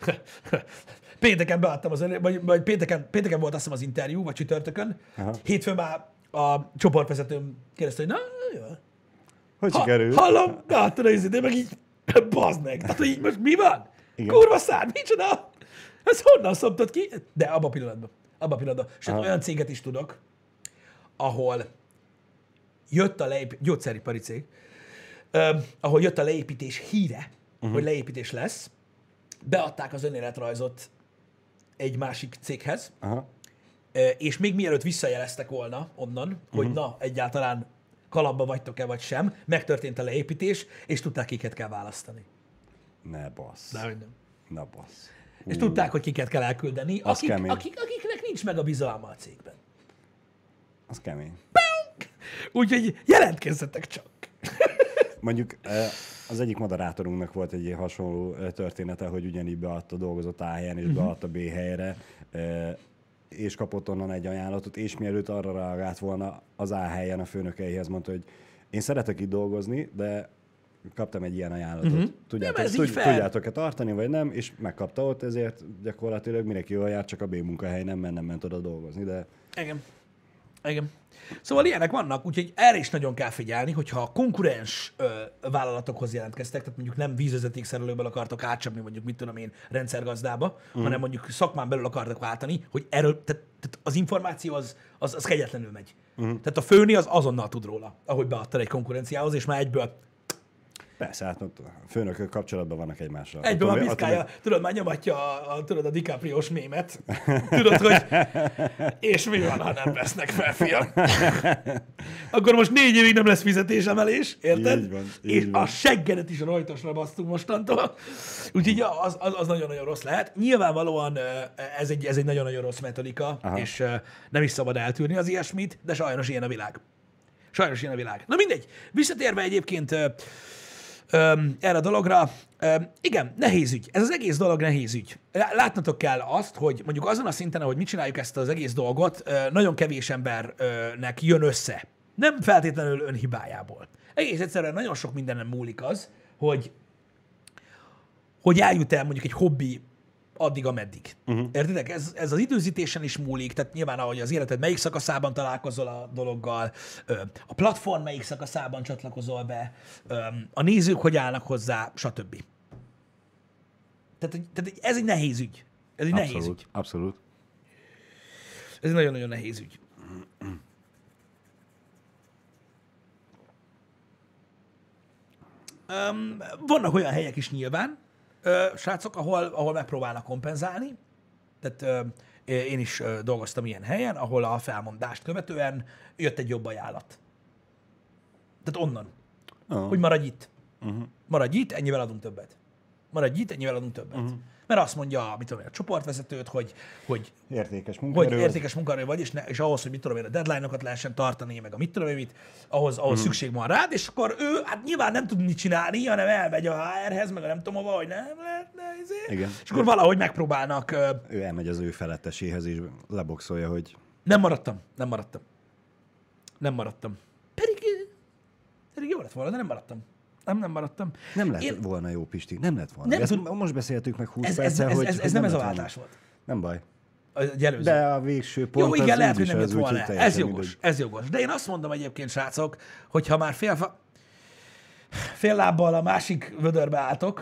pénteken beadtam az elő, vagy, vagy pénteken, pénteken volt azt hiszem az interjú, vagy csütörtökön. Aha. Hétfőn már a csoportvezetőm kérdezte, hogy na, jó. Hogy sikerül? Ha, hallom, beadtad az idő, meg így, bazd meg. Tehát, hogy így most mi van? Igen. Kurva szár, micsoda? Ez honnan szoptad ki? De abban a pillanatban. Abban a pillanatban. Sőt, olyan céget is tudok, ahol jött a leépítés, gyógyszeripari cég, uh, ahol jött a leépítés híre, uh-huh. hogy leépítés lesz, beadták az önéletrajzot egy másik céghez, uh-huh. uh, és még mielőtt visszajeleztek volna onnan, uh-huh. hogy na, egyáltalán kalapba vagytok-e vagy sem, megtörtént a leépítés, és tudták, kiket kell választani. Ne bassz. De, hogy nem. Na bassz. És uh. tudták, hogy kiket kell elküldeni, akik, akik, akiknek nincs meg a bizalma a cégben. Az kemény. Úgyhogy jelentkezzetek csak. Mondjuk az egyik moderátorunknak volt egy ilyen hasonló története, hogy ugyanígy beadta, dolgozott A helyen, és uh-huh. beadta B helyre, és kapott onnan egy ajánlatot, és mielőtt arra reagált volna az A helyen a főnökeihez, mondta, hogy én szeretek itt dolgozni, de kaptam egy ilyen ajánlatot. Uh-huh. Tudjátok, tud, tudjátok-e tartani, vagy nem? És megkapta ott, ezért gyakorlatilag mindenki jól járt, csak a B munkahely nem ment, nem ment oda dolgozni. De... Igen. Igen. Szóval ilyenek vannak, úgyhogy erre is nagyon kell figyelni, hogyha a konkurens ö, vállalatokhoz jelentkeztek, tehát mondjuk nem vízvezetékszerelőből akartok átcsapni, mondjuk mit tudom én, rendszergazdába, uh-huh. hanem mondjuk szakmán belül akartak váltani, hogy erről, tehát, tehát az információ az, az, az kegyetlenül megy. Uh-huh. Tehát a főni az azonnal tud róla, ahogy beadtad egy konkurenciához, és már egyből... Persze, hát a főnökök kapcsolatban vannak egymással. Egyből a piszkája, attól... tudod, már nyomatja a, a, tudod, a DiCaprio-s mémet. Tudod, hogy és mi van, ha nem vesznek fel, fiam? Akkor most négy évig nem lesz fizetésemelés, érted? Így van, így és van. a seggedet is a rajtosra basztunk mostantól. Úgyhogy az, az, az nagyon-nagyon rossz lehet. Nyilvánvalóan ez egy, ez egy nagyon-nagyon rossz metodika, aha. és nem is szabad eltűrni az ilyesmit, de sajnos ilyen a világ. Sajnos ilyen a világ. Na mindegy. Visszatérve egyébként Öm, erre a dologra. Öm, igen, nehéz ügy. Ez az egész dolog nehéz ügy. Látnatok kell azt, hogy mondjuk azon a szinten, ahogy mi csináljuk ezt az egész dolgot, nagyon kevés embernek jön össze. Nem feltétlenül önhibájából. Egész egyszerűen nagyon sok mindenem múlik az, hogy, hogy eljut el mondjuk egy hobbi addig, ameddig. Uh-huh. Értitek? Ez, ez az időzítésen is múlik, tehát nyilván, ahogy az életed melyik szakaszában találkozol a dologgal, a platform melyik szakaszában csatlakozol be, a nézők hogy állnak hozzá, stb. Tehát, tehát ez egy nehéz ügy. Ez egy abszolút, nehéz ügy. Abszolút. Ez egy nagyon-nagyon nehéz ügy. Um, vannak olyan helyek is nyilván, Ö, srácok, ahol, ahol megpróbálnak kompenzálni. Tehát ö, én is ö, dolgoztam ilyen helyen, ahol a felmondást követően jött egy jobb ajánlat. Tehát onnan. Uh-huh. Hogy maradj itt. Uh-huh. Maradj itt, ennyivel adunk többet. Maradj itt, ennyivel adunk többet. Uh-huh. Mert azt mondja, mit tudom én, a csoportvezetőt, hogy, hogy értékes munkaerő, hogy értékes munkaerő vagy, és, ne, és ahhoz, hogy mit tudom én, a deadline-okat lehessen tartani, meg a mit tudom én mit, ahhoz, ahhoz mm. szükség van rád, és akkor ő hát nyilván nem tud mit csinálni, hanem elmegy a há erhez, meg a nem tudom hova, hogy nem lehetne, ezért. És akkor valahogy megpróbálnak. Uh, ő elmegy az ő feletteséhez, és leboxolja, hogy... Nem maradtam, nem maradtam. Nem maradtam. Pedig, pedig jó lett volna, de nem maradtam. Nem, nem maradtam. Nem lett Én... volna jó, Pisti. Nem lett volna. Nem ezt tud... Most beszéltük meg húsz ez, perccel, ez, hogy... Ez, ez, ez nem ez a váltás volt. Nem baj. De a végső pont jó, igen, az lehet, hogy nem jött volna. Ez jogos, mindegy. Ez jogos. De én azt mondom egyébként, srácok, hogy ha már fél, fél lábbal a másik vödörbe álltok,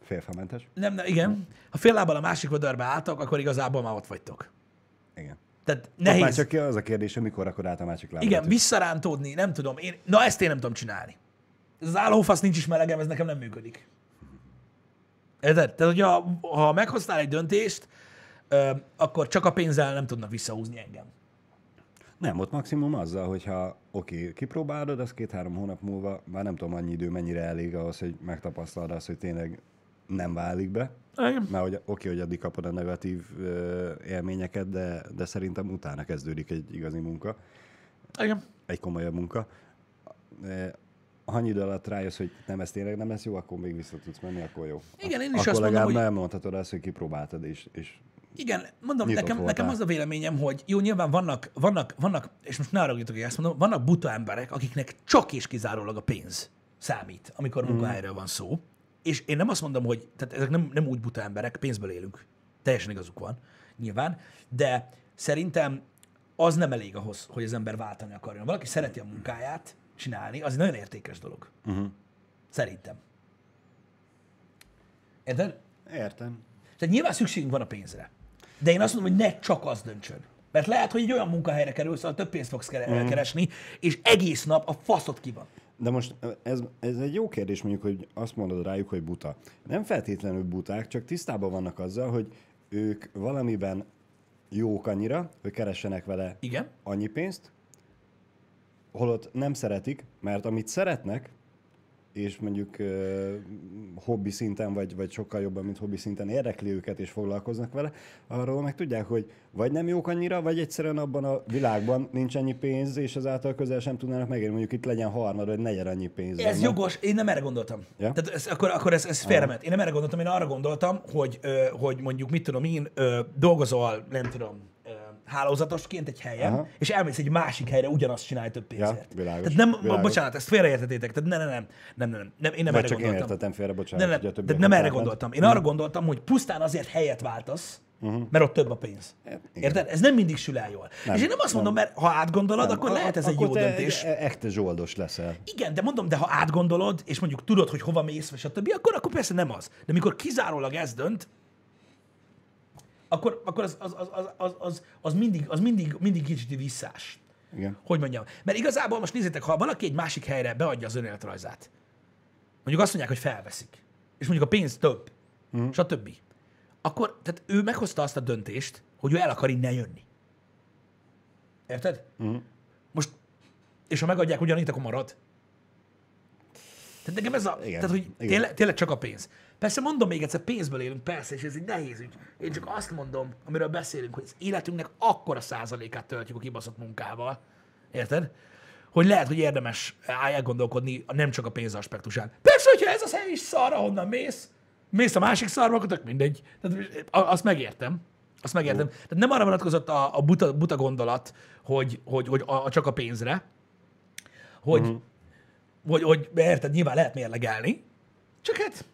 Félfamentes. Nem, nem, igen. Ha fél lábbal a másik vödörbe álltok, akkor igazából már ott vagytok. Igen. Tehát Nehéz. nehéz. Már csak az a kérdés, hogy mikor rakod át a másik lábát. Igen, visszarántódni, nem tudom. Én, na ezt én nem tudom csinálni. Ez az állófasz nincs is melegem, ez nekem nem működik. Érted? Tehát, hogyha ha meghoztál egy döntést, ö, akkor csak a pénzzel nem tudnak visszahúzni engem. Nem, ott maximum azzal, hogyha oké, okay, kipróbálod, az két-három hónap múlva, már nem tudom annyi idő, mennyire elég ahhoz, hogy megtapasztalod azt, hogy tényleg nem válik be. Igen. Mert oké, okay, hogy addig kapod a negatív ö, élményeket, de, de szerintem utána kezdődik egy igazi munka. Igen. Egy komolyabb munka. Ha annyi idő alatt rájössz, hogy nem, ez tényleg nem lesz jó, akkor még vissza tudsz menni, akkor jó. Igen, én is akkor azt mondom, legalább hogy... nem mondhatod azt, hogy kipróbáltad, és, és Igen, mondom, nyitott nekem, voltál. nekem az a véleményem, hogy jó, nyilván vannak, vannak, vannak, és most ne haragudjatok, hogy ezt mondom, vannak buta emberek, akiknek csak és kizárólag a pénz számít, amikor munkahelyről van szó. És én nem azt mondom, hogy, tehát ezek nem, nem úgy buta emberek, pénzből élünk. Teljesen igazuk van, nyilván, de szerintem az nem elég ahhoz, hogy az ember váltani akarjon. Valaki szereti a munkáját csinálni, az egy nagyon értékes dolog. Uh-huh. Szerintem. Érted? Értem. Tehát nyilván szükségünk van a pénzre. De én azt mondom, hogy ne csak az döntsön. Mert lehet, hogy egy olyan munkahelyre kerülsz, ahol több pénzt fogsz kere- keresni, és egész nap a faszod ki van. De most ez, ez egy jó kérdés, mondjuk, hogy azt mondod rájuk, hogy buta. Nem feltétlenül buták, csak tisztában vannak azzal, hogy ők valamiben jók annyira, hogy keressenek vele Igen. annyi pénzt, holott nem szeretik, mert amit szeretnek, és mondjuk uh, hobbi szinten, vagy, vagy sokkal jobban, mint hobbi szinten érdekli őket, és foglalkoznak vele, arról meg tudják, hogy vagy nem jók annyira, vagy egyszerűen abban a világban nincs annyi pénz, és azáltal közel sem tudnának megérni. Mondjuk itt legyen harmad, vagy negyed annyi pénz. Ez lenne. jogos, én nem erre gondoltam. Ja? Tehát ez, akkor, akkor ez, ez félrement. Én nem erre gondoltam, én arra gondoltam, hogy, ö, hogy mondjuk, mit tudom én, ö, dolgozol, nem tudom, ö, hálózatosként egy helyen, Aha. és elmész egy másik helyre, ugyanazt csinálj több pénzért. Ja, világos, Tehát nem, világos. bocsánat, ezt félreértetétek, tehát nem, nem, nem, nem, nem, nem, én nem Vagy erre csak én gondoltam. értettem félre, bocsánat. Nem, nem, hogy a de többiek nem erre átment. gondoltam. Én arra gondoltam, hogy pusztán azért helyet váltasz, uh-huh. mert ott több a pénz. Érted? Ez nem mindig sül el jól. Nem, és én nem azt mondom, mert ha átgondolod, akkor A- lehet ez egy akkor jó te döntés. Egy echte zsoldos leszel. Igen, de mondom, de ha átgondolod, és mondjuk tudod, hogy hova mész, és a többi, akkor, akkor persze nem az. De mikor kizárólag ez dönt, akkor, akkor az, az, az, az, az, az, az, mindig, az mindig, mindig kicsit visszás. Igen. Hogy mondjam. Mert igazából most nézzétek, ha valaki egy másik helyre beadja az önéletrajzát, mondjuk azt mondják, hogy felveszik, és mondjuk a pénz több, mm. stb. Akkor tehát ő meghozta azt a döntést, hogy ő el akar innen jönni. Érted? Mm. Most, és ha megadják ugyanígy, akkor marad. Tehát nekem ez a, Igen, tehát, hogy igen. tényleg, tényleg csak a pénz. Persze mondom még egyszer, pénzből élünk, persze, és ez egy nehéz ügy. Én csak azt mondom, amiről beszélünk, hogy az életünknek akkora százalékát töltjük a kibaszott munkával. Érted? Hogy lehet, hogy érdemes elgondolkodni nem csak a pénz aspektusán. Persze, hogyha ez az hely is szar, ahonnan mész, mész a másik szarba, akkor tök mindegy. Tehát azt megértem. Azt megértem. Tehát nem arra vonatkozott a, a buta, buta gondolat, hogy, hogy, hogy a, csak a pénzre, hogy, uh-huh. hogy, hogy érted, nyilván lehet mérlegelni, csak hát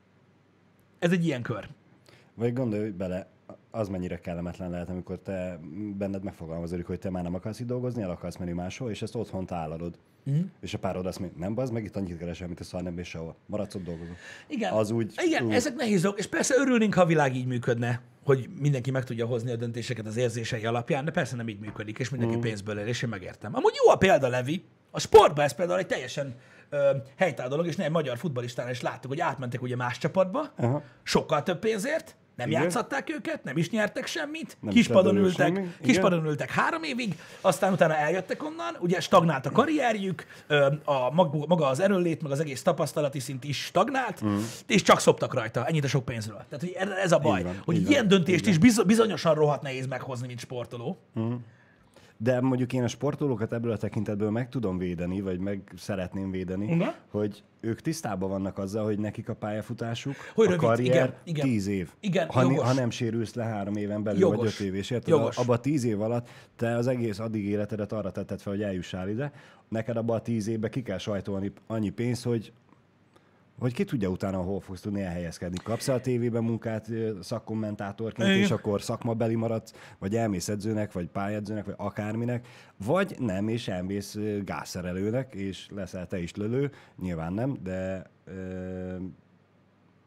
ez egy ilyen kör. Vagy gondolj bele, az mennyire kellemetlen lehet, amikor te benned megfogalmazódik, hogy te már nem akarsz itt dolgozni, el akarsz menni máshol, és ezt otthon tálalod. Mm. És a párod azt mondja, nem bazd meg, itt annyit keresel, mint a szar, nem és sehol. Maradsz ott dolgozó. Igen, Az úgy, igen ú. ezek nehéz dolgok, és persze örülnénk, ha a világ így működne, hogy mindenki meg tudja hozni a döntéseket az érzései alapján, de persze nem így működik, és mindenki mm. pénzből él, és én megértem. Amúgy jó a példa, Levi. A sportban ez például egy teljesen ö, helytáll dolog, és nem egy magyar futballistánál is láttuk, hogy átmentek ugye más csapatba, Aha. sokkal több pénzért, nem Igen. játszatták őket, nem is nyertek semmit, nem kispadon ültek, kispadon ültek három évig, aztán utána eljöttek onnan, ugye stagnált a karrierjük, a maga az erőnlét, meg az egész tapasztalati szint is stagnált, mm. és csak szoptak rajta, ennyit a sok pénzről. Tehát hogy ez a baj, van, hogy ilyen van, döntést is bizonyosan rohadt nehéz meghozni, mint sportoló. Mm. De mondjuk én a sportolókat ebből a tekintetből meg tudom védeni, vagy meg szeretném védeni, uh-huh. hogy ők tisztában vannak azzal, hogy nekik a pályafutásuk, hogy a rövid, karrier igen, igen, tíz év. Igen, ha, ha nem sérülsz le három éven belül, jogos, vagy öt év, és érted? Abban a tíz év alatt te az egész addig életedet arra tetted fel, hogy eljussál ide. Neked abban a tíz évben ki kell sajtolni annyi pénzt, hogy hogy ki tudja utána, hol fogsz tudni elhelyezkedni. Kapsz a tévében munkát szakkommentátorként, és akkor szakmabeli maradsz, vagy elmész edzőnek, vagy pályedzőnek, vagy akárminek, vagy nem, és elmész gázszerelőnek, és leszel te is lölő, nyilván nem, de ö,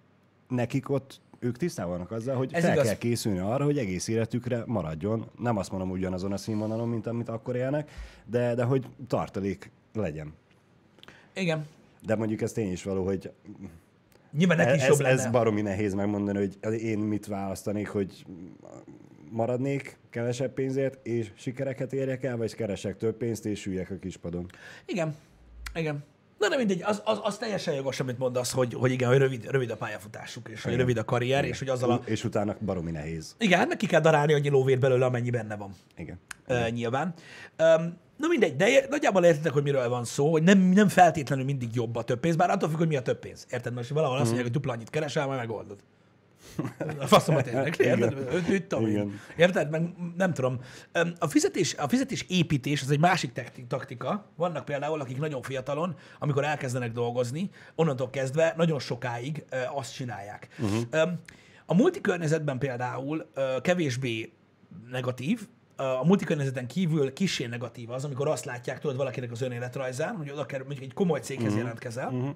nekik ott ők tisztában vannak azzal, hogy Ez fel igaz. kell készülni arra, hogy egész életükre maradjon. Nem azt mondom ugyanazon a színvonalon, mint amit akkor élnek, de, de hogy tartalék legyen. Igen. De mondjuk ez tény is való, hogy Nyilván neki is ez, jobb lenne. ez baromi nehéz megmondani, hogy én mit választanék, hogy maradnék kevesebb pénzért, és sikereket érjek el, vagy keresek több pénzt, és üljek a kispadon. Igen. Igen. Na de mindegy, az, az, az teljesen jogos, amit mondasz, hogy, hogy igen, hogy rövid, rövid a pályafutásuk, és hogy Igen. rövid a karrier, Igen. és hogy azzal a... És utána baromi nehéz. Igen, hát meg ki kell darálni annyi lóvét belőle, amennyi benne van. Igen. Uh, nyilván. Um, na mindegy, de ér- nagyjából értitek, hogy miről van szó, hogy nem, nem feltétlenül mindig jobb a több pénz, bár attól függ, hogy mi a több pénz. Érted? Most valahol azt mondják, hogy dupla annyit keresel, majd megoldod. A faszomat érnek, érted? Őt, őt tudom én. Érted? Meg nem tudom. Öm, A fizetés, a fizetés építés az egy másik takti- taktika. Vannak például, akik nagyon fiatalon, amikor elkezdenek dolgozni, onnantól kezdve nagyon sokáig ö, azt csinálják. Uh-huh. A multikörnyezetben például ö, kevésbé negatív, a multikörnyezeten kívül kissé negatív az, amikor azt látják, tudod, valakinek az önéletrajzán, hogy oda kerül, mondjuk egy komoly céghez uh-huh. jelentkezel, uh-huh.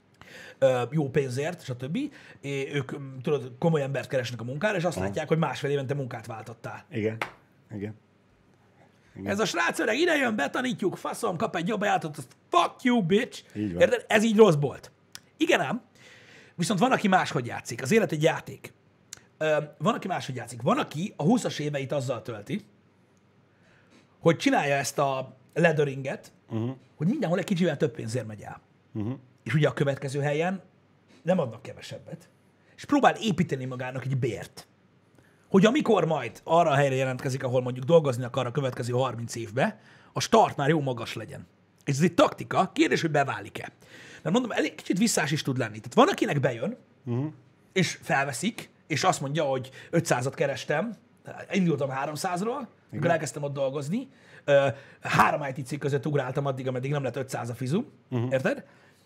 jó pénzért, stb. És ők, tudod, komoly embert keresnek a munkára, és azt Aha. látják, hogy másfél évente munkát váltottál. Igen. Igen. Igen. Ez a srác öreg ide jön, betanítjuk, faszom, kap egy jobb ajánlatot, azt fuck you, bitch. Így van. Érted? Ez így rossz volt. Igen ám, viszont van, aki máshogy játszik. Az élet egy játék. Ö, Van, aki máshogy játszik. Van, aki a húszas éveit azzal tölti, hogy csinálja ezt a leatheringet, uh-huh. hogy mindenhol egy kicsivel több pénzért megy el. Uh-huh. És ugye a következő helyen nem adnak kevesebbet. És próbál építeni magának egy bért. Hogy amikor majd arra a helyre jelentkezik, ahol mondjuk dolgozni akar a következő harminc évbe, a start már jó magas legyen. És ez egy taktika, kérdés, hogy beválik-e. Mert mondom, elég kicsit visszás is tud lenni. Tehát van, akinek bejön, uh-huh. és felveszik, és azt mondja, hogy ötszázat kerestem, indultam háromszázról, amikor elkezdtem ott dolgozni, három i té cég között ugráltam addig, ameddig nem lett ötszáz a fizum, uh-huh. érted?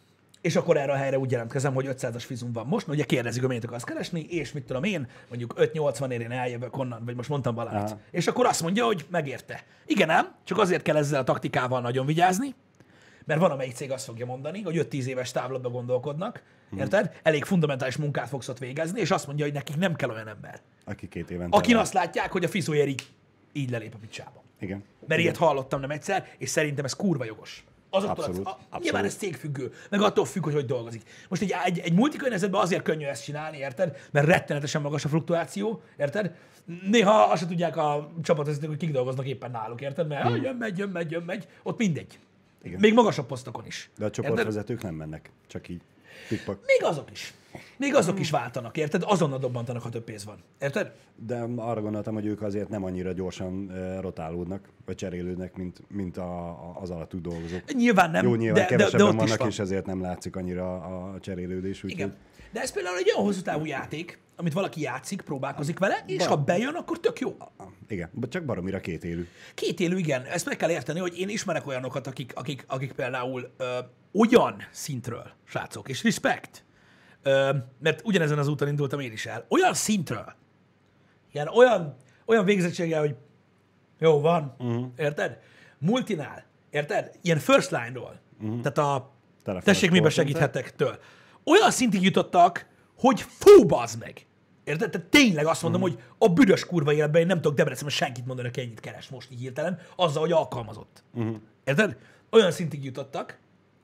És akkor erre a helyre úgy jelentkezem, hogy ötszázas fizum van most, ugye kérdezik, hogy mennyit akarsz keresni, és mit tudom én, mondjuk öt nyolcvanért én eljövök onnan, vagy most mondtam valamit. Aha. És akkor azt mondja, hogy megérte. Igen ám, csak azért kell ezzel a taktikával nagyon vigyázni, mert van, amelyik cég azt fogja mondani, hogy öt-tíz éves távlatban gondolkodnak, hmm. érted? Elég fundamentális munkát fogsz ott végezni, és azt mondja, hogy nekik nem kell olyan ember. Aki két évente. Akin azt látják, hogy a fizóér így, így lelép a picsába. Igen. Mert Igen. ilyet hallottam nem egyszer, és szerintem ez kurva jogos. Azoktól Abszolút, a, abszolút. Nyilván ez cégfüggő, meg attól függ, hogy hogy dolgozik. Most egy, egy, egy multikörnyezetben azért könnyű ezt csinálni, érted? Mert rettenetesen magas a fluktuáció, érted? Néha azt se tudják a csapatvezetők, hogy kik dolgoznak éppen náluk, érted? Mert hmm. jön, megy, jön, megy, jön, megy, ott mindegy. Igen. Még magasabb posztokon is. De a csoportvezetők nem mennek, csak így. Pikpak. Még azok is. Még azok is váltanak, érted? Azonnal dobbantanak, ha több pénz van. Érted? De arra gondoltam, hogy ők azért nem annyira gyorsan uh, rotálódnak, vagy cserélődnek, mint, mint a, a, az alattuk dolgozók. Nyilván nem, Jó, nyilván de, de, kevesebben de ott vannak, is van. és ezért nem látszik annyira a cserélődés. Úgy Igen. De ez például egy olyan hosszú távú játék, amit valaki játszik, próbálkozik vele, és Ba- ha bejön, akkor tök jó. Igen, csak baromira két élő. Két élő, igen. Ezt meg kell érteni, hogy én ismerek olyanokat, akik, akik, akik például ö, olyan szintről, srácok, és respect, ö, mert ugyanezen az úton indultam én is el, olyan szintről, ilyen olyan, olyan végzettséggel, hogy jó, van, uh-huh. érted? Multinál, érted? Ilyen first line-ról, uh-huh. tehát a Telefonos tessék, mibe call center. segíthetek-től. Olyan szintig jutottak, hogy fú, bazd meg! Érted? Tehát tényleg azt mondom, uh-huh. hogy a büdös kurva életben én nem tudok Debrecenben senkit mondani, aki ennyit keres most így hirtelen, azzal, hogy alkalmazott. Uh-huh. Érted? Olyan szintig jutottak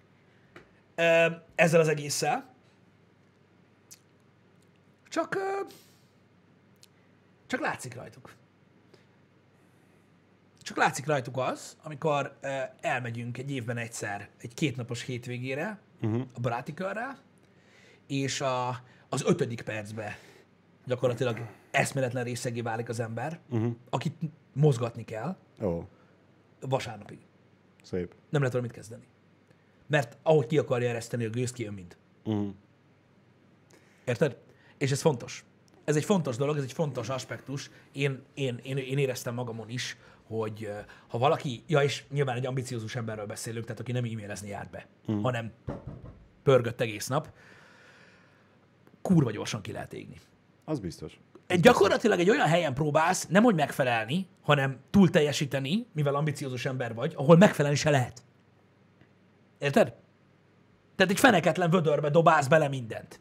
ö, ezzel az egésszel. Csak, ö, csak látszik rajtuk. Csak látszik rajtuk az, amikor ö, elmegyünk egy évben egyszer egy kétnapos hétvégére uh-huh. a baráti körrel, és a, az ötödik percben gyakorlatilag eszméletlen részegé válik az ember, uh-huh. akit mozgatni kell Ó, vasárnapig. szép. Nem lehet vele mit kezdeni. Mert ahogy ki akarja ereszteni a gőzt, kijön mind. Uh-huh. Érted? És ez fontos. Ez egy fontos dolog, ez egy fontos aspektus. Én, én, én, én éreztem magamon is, hogy uh, ha valaki, ja és nyilván egy ambiciózus emberről beszélünk, tehát aki nem e-mailezni járt be, uh-huh. hanem pörgött egész nap, kurva gyorsan ki lehet égni. Az biztos. Egy gyakorlatilag egy olyan helyen próbálsz nem hogy megfelelni, hanem túl teljesíteni, mivel ambiciózus ember vagy, ahol megfelelni se lehet. Érted? Tehát egy feneketlen vödörbe dobálsz bele mindent.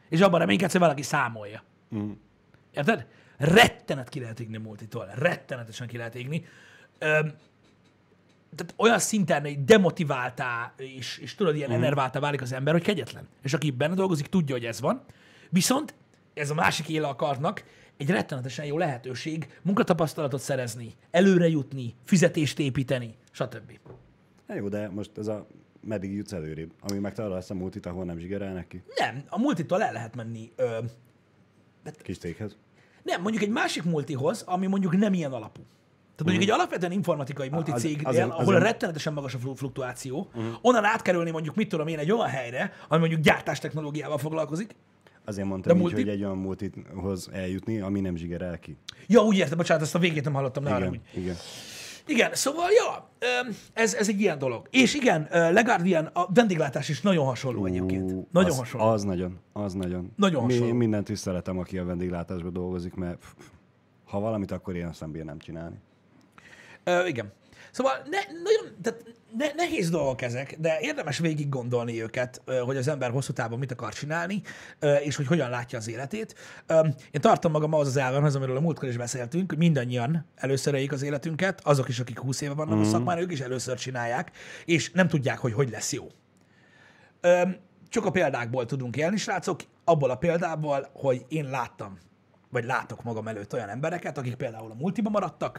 És abban reménykedsz, hogy valaki számolja. Mm. Érted? Rettenet ki lehet égni multitól. Rettenetesen ki lehet égni. Öm, tehát olyan szinten hogy demotiváltá, és, és tudod, ilyen mm. enerváltá válik az ember, hogy kegyetlen. És aki benne dolgozik, tudja, hogy ez van. Viszont ez a másik éle a kartnak egy rettenetesen jó lehetőség munkatapasztalatot szerezni, előre jutni, fizetést építeni, stb. Hát jó, de most ez a meddig jutsz előrébb, ami megtalál ezt a multit, ahol nem zsigerelnek ki? Nem, a multitól el lehet menni. Ö, Kis céghez? nem, mondjuk egy másik multihoz, ami mondjuk nem ilyen alapú. Tehát mondjuk uh-huh. egy alapvetően informatikai multicégnél, azért- ahol azért- rettenetesen magas a flu- fluktuáció, uh-huh. onnan átkerülni mondjuk, mit tudom én, egy olyan helyre, ami mondjuk gyártástechnológiával foglalkozik. Azért mondtam így, multi- hogy egy olyan multithoz eljutni, ami nem zsigerel ki. Ja, úgy értem, bocsánat, ezt a végét nem hallottam, ne arra, Igen, úgy. igen. Igen, szóval, ja, öm, ez, ez egy ilyen dolog. És igen, ö, LeGuardian, a vendéglátás is nagyon hasonló egyébként. Ú, Nagyon az, hasonló. Az nagyon, az nagyon. Nagyon Mi, hasonló. minden tiszteletem, aki a vendéglátásban dolgozik, mert pff, ha valamit, akkor én azt nem bírnám csinálni. Ö, igen. Szóval ne, nagyon, tehát ne, nehéz dolgok ezek, de érdemes végig gondolni őket, ö, hogy az ember hosszú távon mit akar csinálni, ö, és hogy hogyan látja az életét. Ö, Én tartom magam ahhoz az elvemhez, amiről a múltkor is beszéltünk, hogy mindannyian először éljük az életünket, azok is, akik húsz éve vannak mm. a szakmán, ők is először csinálják, és nem tudják, hogy hogy lesz jó. Ö, Csak a példákból tudunk élni, srácok, abból a példából, hogy én láttam, vagy látok magam előtt olyan embereket, akik például a multiba maradtak,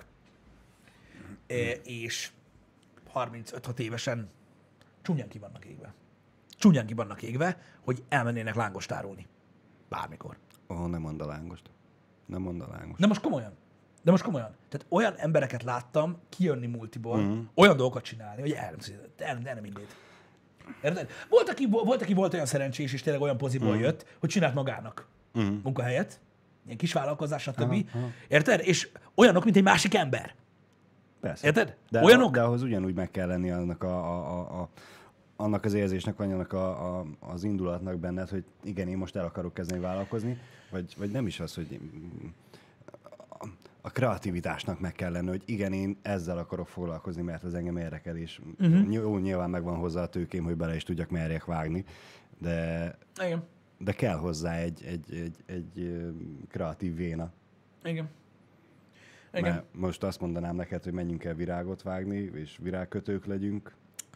és harmincöt-hat évesen csúnyán ki vannak égve. Csúnyán ki vannak égve, hogy elmennének lángost árulni. Bármikor. Ó, oh, nem mondd a lángost. Nem mondd a lángost. De most komolyan. De most komolyan. Tehát olyan embereket láttam kijönni multiból, mm. olyan dolgokat csinálni, hogy el nem, el, el nem indít. Érted? Volt aki, volt, aki volt olyan szerencsés, és tényleg olyan poziból mm. jött, hogy csinált magának mm. munkahelyet, ilyen kis vállalkozás, stb. Aha, aha. Érted? És olyanok, mint egy másik ember. Persze. Érted? De, Olyanok? de ahhoz ugyanúgy meg kell lenni annak, a, a, a, a, annak az érzésnek, vagy annak a, a, az indulatnak benned, hogy igen, én most el akarok kezdeni vállalkozni, vagy, vagy nem is az, hogy a, a kreativitásnak meg kell lenni, hogy igen, én ezzel akarok foglalkozni, mert az engem érdekel, és uh-huh. jó, nyilván megvan hozzá a tőkém, hogy bele is tudjak merjek vágni, de, Igen. de kell hozzá egy, egy, egy, egy kreatív véna. Igen. Igen. Mert most azt mondanám neked, hogy menjünk el virágot vágni, és virágkötők legyünk.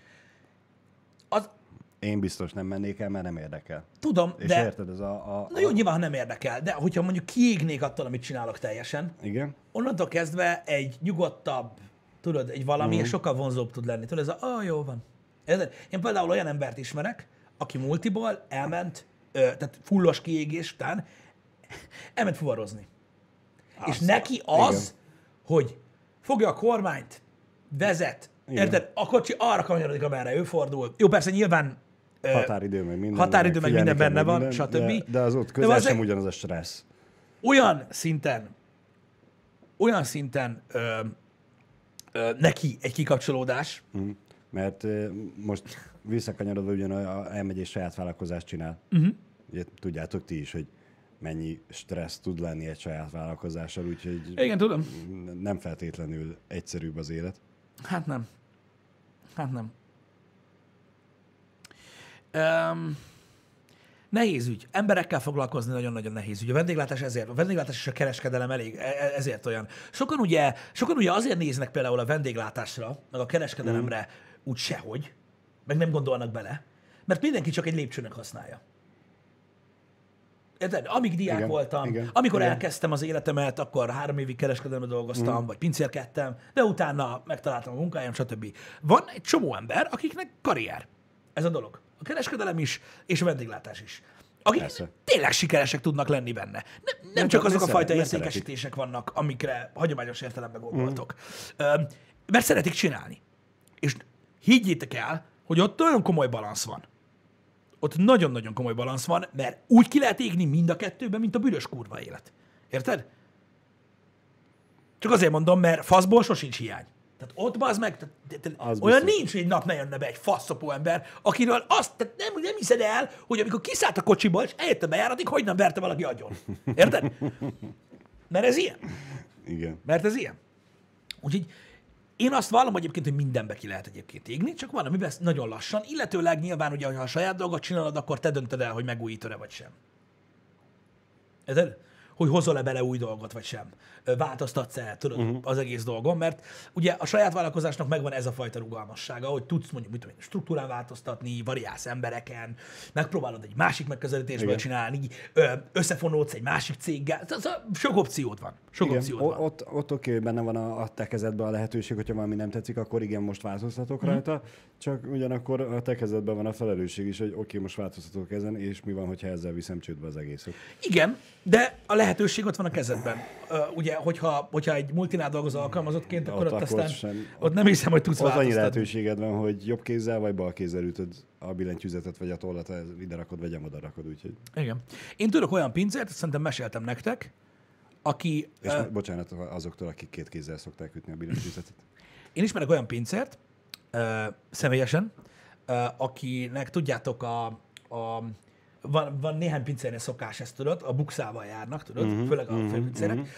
Az... Én biztos nem mennék el, mert nem érdekel. Tudom, és de... érted, ez a... a, a... Na jó, nyilván, ha nem érdekel, de hogyha mondjuk kiégnék attól, amit csinálok teljesen, Igen? onnantól kezdve egy nyugodtabb, tudod, egy valami, mm. és sokkal vonzóbb tud lenni. Tudod, ez a, ah, jó van. Érted? Én például olyan embert ismerek, aki multiból elment, ö, tehát fullos kiégés után, elment fuvarozni. Azt és neki az, igen. hogy fogja a kormányt, vezet, igen. érted? A kocsi arra kanyarodik, amerre ő fordul. Jó, persze nyilván határidő, meg minden. Határidő, meg minden benne van, minden, stb. De, de az ott közel sem ugyanaz a stressz. Olyan szinten, olyan szinten ö, ö, neki egy kikapcsolódás. Mm. Mert ö, most visszakanyarodva ugyan elmegy és saját vállalkozást csinál. Uh-huh. Ugye tudjátok ti is, hogy mennyi stressz tud lenni egy saját vállalkozással, úgyhogy igen, tudom. Nem feltétlenül egyszerűbb az élet. Hát nem. Hát nem. Um, nehéz ügy. Emberekkel foglalkozni nagyon-nagyon nehéz ügy. A vendéglátás ezért, a vendéglátás és a kereskedelem elég, ezért olyan. Sokan ugye, sokan ugye azért néznek például a vendéglátásra, meg a kereskedelemre mm. úgy sehogy, meg nem gondolnak bele, mert mindenki csak egy lépcsőnek használja. Érted? Amíg diák igen, voltam, igen, amikor igen. elkezdtem az életemet, akkor három évig kereskedelemben dolgoztam, mm. vagy pincérkedtem, de utána megtaláltam a munkájám, stb. Van egy csomó ember, akiknek karrier. Ez a dolog. A kereskedelem is, és a vendéglátás is. Akik Persze. tényleg sikeresek tudnak lenni benne. Nem, nem csak azok a fajta értékesítések vannak, amikre hagyományos értelemben gondoltok. Mm. Mert szeretik csinálni. És higgyétek el, hogy ott nagyon komoly balansz van. Ott nagyon-nagyon komoly balansz van, mert úgy ki lehet égni mind a kettőben, mint a büdös kurva élet. Érted? Csak azért mondom, mert faszból sosincs hiány. Tehát ott bazd meg, tehát, tehát olyan biztos. Nincs, hogy egy nap ne jönne be egy faszopó ember, akiről azt tehát nem, nem hiszed el, hogy amikor kiszállt a kocsiból, és eljött a bejáratig, hogy nem verte valaki agyon. Érted? Mert ez ilyen. Igen. Mert ez ilyen. Úgyhogy én azt vallom egyébként, hogy mindenbe ki lehet egyébként égni, csak van, amiben nagyon lassan, illetőleg nyilván, ugye, ha a saját dolgot csinálod, akkor te döntöd el, hogy megújítod-e vagy sem. Érted? Hogy hozol-e bele új dolgot, vagy sem. Ö, Változtatsz-e, tudod, uh-huh. az egész dolgon, mert ugye a saját vállalkozásnak megvan ez a fajta rugalmassága, hogy tudsz mondjuk mit tudom én, struktúrán változtatni, variálsz embereken, megpróbálod egy másik megközelítésből Igen. csinálni, ö, összefonódsz egy másik céggel, tehát sok opciód van. Sok Igen, opciód o- van. ott, ott oké, okay, benne van a, a te kezedben a lehetőség, hogyha valami nem tetszik, akkor igen, most változtatok mm. rajta, csak ugyanakkor a te kezedben van a felelősség is, hogy oké, okay, most változtatok ezen, és mi van, hogyha ezzel viszem csődbe az egészet. Igen, de a lehetőség ott van a kezedben. Uh, ugye, hogyha, hogyha egy multinál dolgozol alkalmazottként, akkor ott, Ott ott akkor aztán sem- ott nem hiszem, hogy tudsz Az annyi változtatni. lehetőséged van, hogy jobb kézzel vagy bal kézzel ütöd a billentyűzetet, vagy a tollat, ide rakod, vagy oda rakod, úgyhogy... Igen. Én tudok olyan pincért, ezt szerintem meséltem nektek, aki... És Uh, uh, bocsánat azoktól, akik két kézzel szokták ütni a billentyűzetet. én ismerek olyan pincért, uh, személyesen, uh, akinek tudjátok, a, a, van, van néhány pincérnél szokás, ezt tudod, a bukszával járnak, tudod, uh-huh, főleg a uh-huh, főpincérek. Uh-huh.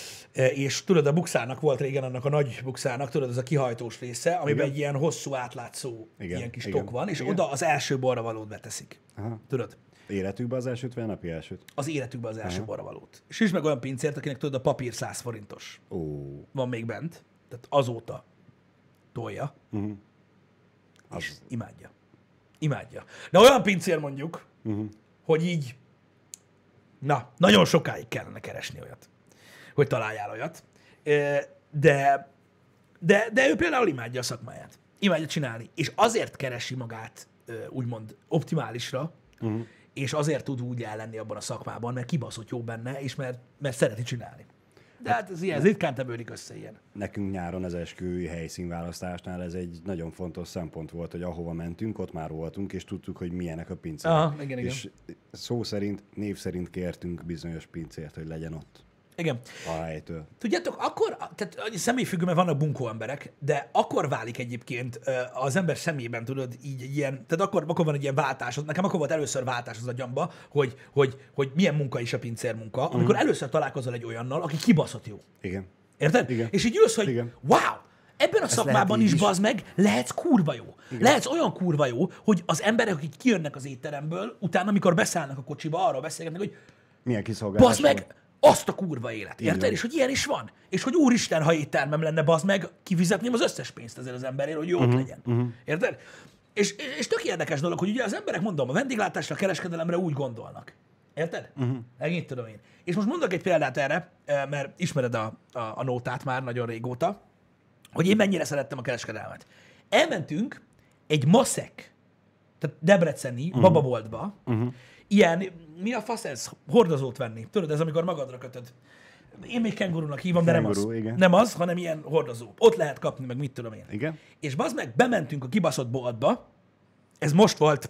És tudod, a bukszának volt régen, annak a nagy bukszának, tudod, az a kihajtós része, amiben Igen. egy ilyen hosszú, átlátszó Igen, ilyen kis igen, tok van, és igen. oda az első borra valót beteszik. Aha. Tudod? Életükben az elsőt, vagy a napi elsőt? Az életükben az első Aha. borra valót. És is meg olyan pincért, akinek tudod, a papír száz forintos Ó. van még bent, tehát azóta tolja, Uh-huh. és Az. imádja. Imádja. De olyan pincér mondjuk, Uh-huh. hogy így, na, nagyon sokáig kellene keresni olyat, hogy találjál olyat. Ö, De, de, de ő például imádja a szakmáját. Imádja csinálni. És azért keresi magát ö, úgymond optimálisra, Uh-huh. és azért tud úgy ellenni abban a szakmában, mert kibaszott jó benne, és mert, mert szereti csinálni. De hát ez ilyen, ez ritkán tevődik össze ilyen. Nekünk nyáron az esküvői helyszínválasztásnál ez egy nagyon fontos szempont volt, hogy ahova mentünk, ott már voltunk, és tudtuk, hogy milyenek a pincérek. Aha, igen, igen. És szó szerint, név szerint kértünk bizonyos pincért, hogy legyen ott Igen. a helytől. Tudjátok, akkor, tehát személyfüggő, mert vannak bunkó emberek, de akkor válik egyébként ö, az ember szemében, tudod, így egy ilyen, tehát akkor, akkor van egy ilyen váltás, nekem akkor volt először váltás az agyamba, hogy, hogy, hogy milyen munka is a pincér munka, amikor először találkozol egy olyannal, aki kibaszott jó. Igen. Érted? Igen. És így ülsz, hogy Igen. wow, ebben a szakmában így is, is. bazd meg, lehetsz kurva jó. Igen. Lehetsz olyan kurva jó, hogy az emberek, akik kijönnek az étteremből, utána, amikor beszállnak a kocsiba, arról beszélgetnek, hogy Milyen kiszolgálás bazd meg, van? azt a kurva élet, Így érted? van. És hogy ilyen is van. És hogy úristen, ha éttermem lenne, bazd meg, kifizetném az összes pénzt ezért az emberért, hogy jó uh-huh, legyen. Uh-huh. Érted? És, és, és tök érdekes dolog, hogy ugye az emberek, mondom, a vendéglátásra, a kereskedelemre úgy gondolnak. Érted? Uh-huh. Megint tudom én. És most mondok egy példát erre, mert ismered a, a, a nótát már nagyon régóta, hogy én mennyire szerettem a kereskedelmet. Elmentünk egy maszek, tehát debreceni uh-huh. bababoltba, uh-huh. ilyen, mi a fasz ez? Hordozót venni. Tudod, ez amikor magadra kötöd. Én még kengurunak hívom, de nem Kenguru, az. igen. Nem az, hanem ilyen hordozó. Ott lehet kapni, meg mit tudom én. Igen? És bazd meg, bementünk a kibaszott boltba, ez most volt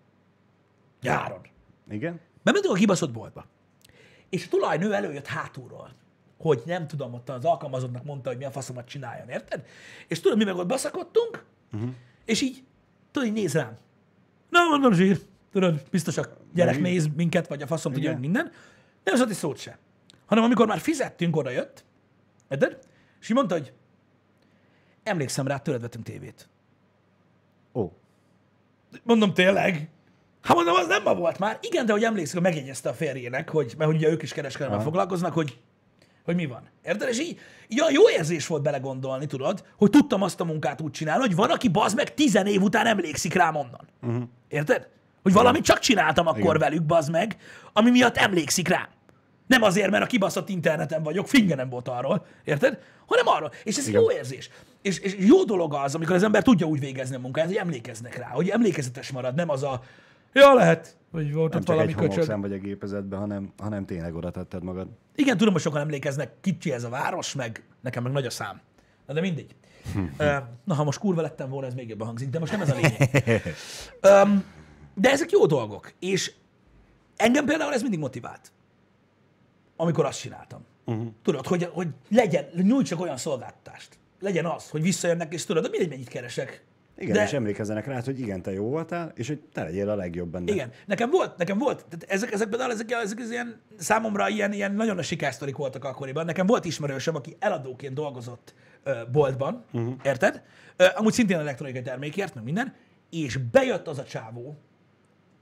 nyáron. Igen? Bementünk a kibaszott boltba. És a tulajnő előjött hátulról, hogy nem tudom, ott az alkalmazottnak mondta, hogy mi a faszomat csináljon, érted? És tudod, mi meg ott baszakodtunk, uh-huh. és így, tudod, így néz rám. Na, mondom, zsír. Tudod, biztos a gyerek Nem. néz minket, vagy a faszom tudja, Igen. hogy minden. Nem szólt egy szót se. Hanem amikor már fizettünk, oda jött, érted? És így mondta, hogy emlékszem rá, tőled vettünk tévét. Ó. Mondom, tényleg? Hát mondom, az nem ma volt már. Igen, de hogy emlékszik, hogy megjegyezte a férjének, hogy, mert hogy ugye ők is kereskedelemmel foglalkoznak, hogy, hogy mi van. Érted? És így, így olyan jó érzés volt belegondolni, tudod, hogy tudtam azt a munkát úgy csinálni, hogy van, aki bazd meg tizen év után emlékszik rám onnan. Uh-huh. Érted? Hogy valamit csak csináltam akkor Igen. velük, bazd meg, ami miatt emlékszik rám. Nem azért, mert a kibaszott interneten vagyok, fingenem volt arról, érted? Hanem arról. És ez Igen. jó érzés. És, és jó dolog az, amikor az ember tudja úgy végezni a munkáját, hogy emlékeznek rá, hogy emlékezetes marad, nem az a, ja lehet, hogy volt Nem ott csak valami egy köcsög. homokszám vagy a gépezetben, hanem, hanem tényleg oda tetted magad. Igen, tudom, hogy sokan emlékeznek, kicsi ez a város, meg nekem meg nagy a szám. Na de mindegy. Ö, Na, ha most kurva lettem volna, ez még jobban hangzik, de most nem ez a lényeg. Öm, De ezek jó dolgok, és engem például ez mindig motivált, amikor azt csináltam. Uh-huh. Tudod, hogy, hogy legyen, nyújtsak olyan szolgáltatást. Legyen az, hogy visszajönnek, és tudod, de mindegy, mennyit keresek. Igen, de, és emlékezzenek rá, hogy igen, te jó voltál, és hogy te legyél a legjobb benne. Igen, nekem volt, nekem volt, tehát ezek, ezek például ezek, ezek az ilyen, számomra ilyen, ilyen nagyon nagy sikersztorik voltak akkoriban. Nekem volt ismerősöm, aki eladóként dolgozott ö, boltban, uh-huh. érted? Ö, amúgy szintén elektronikai termékért, meg minden, és bejött az a csávó,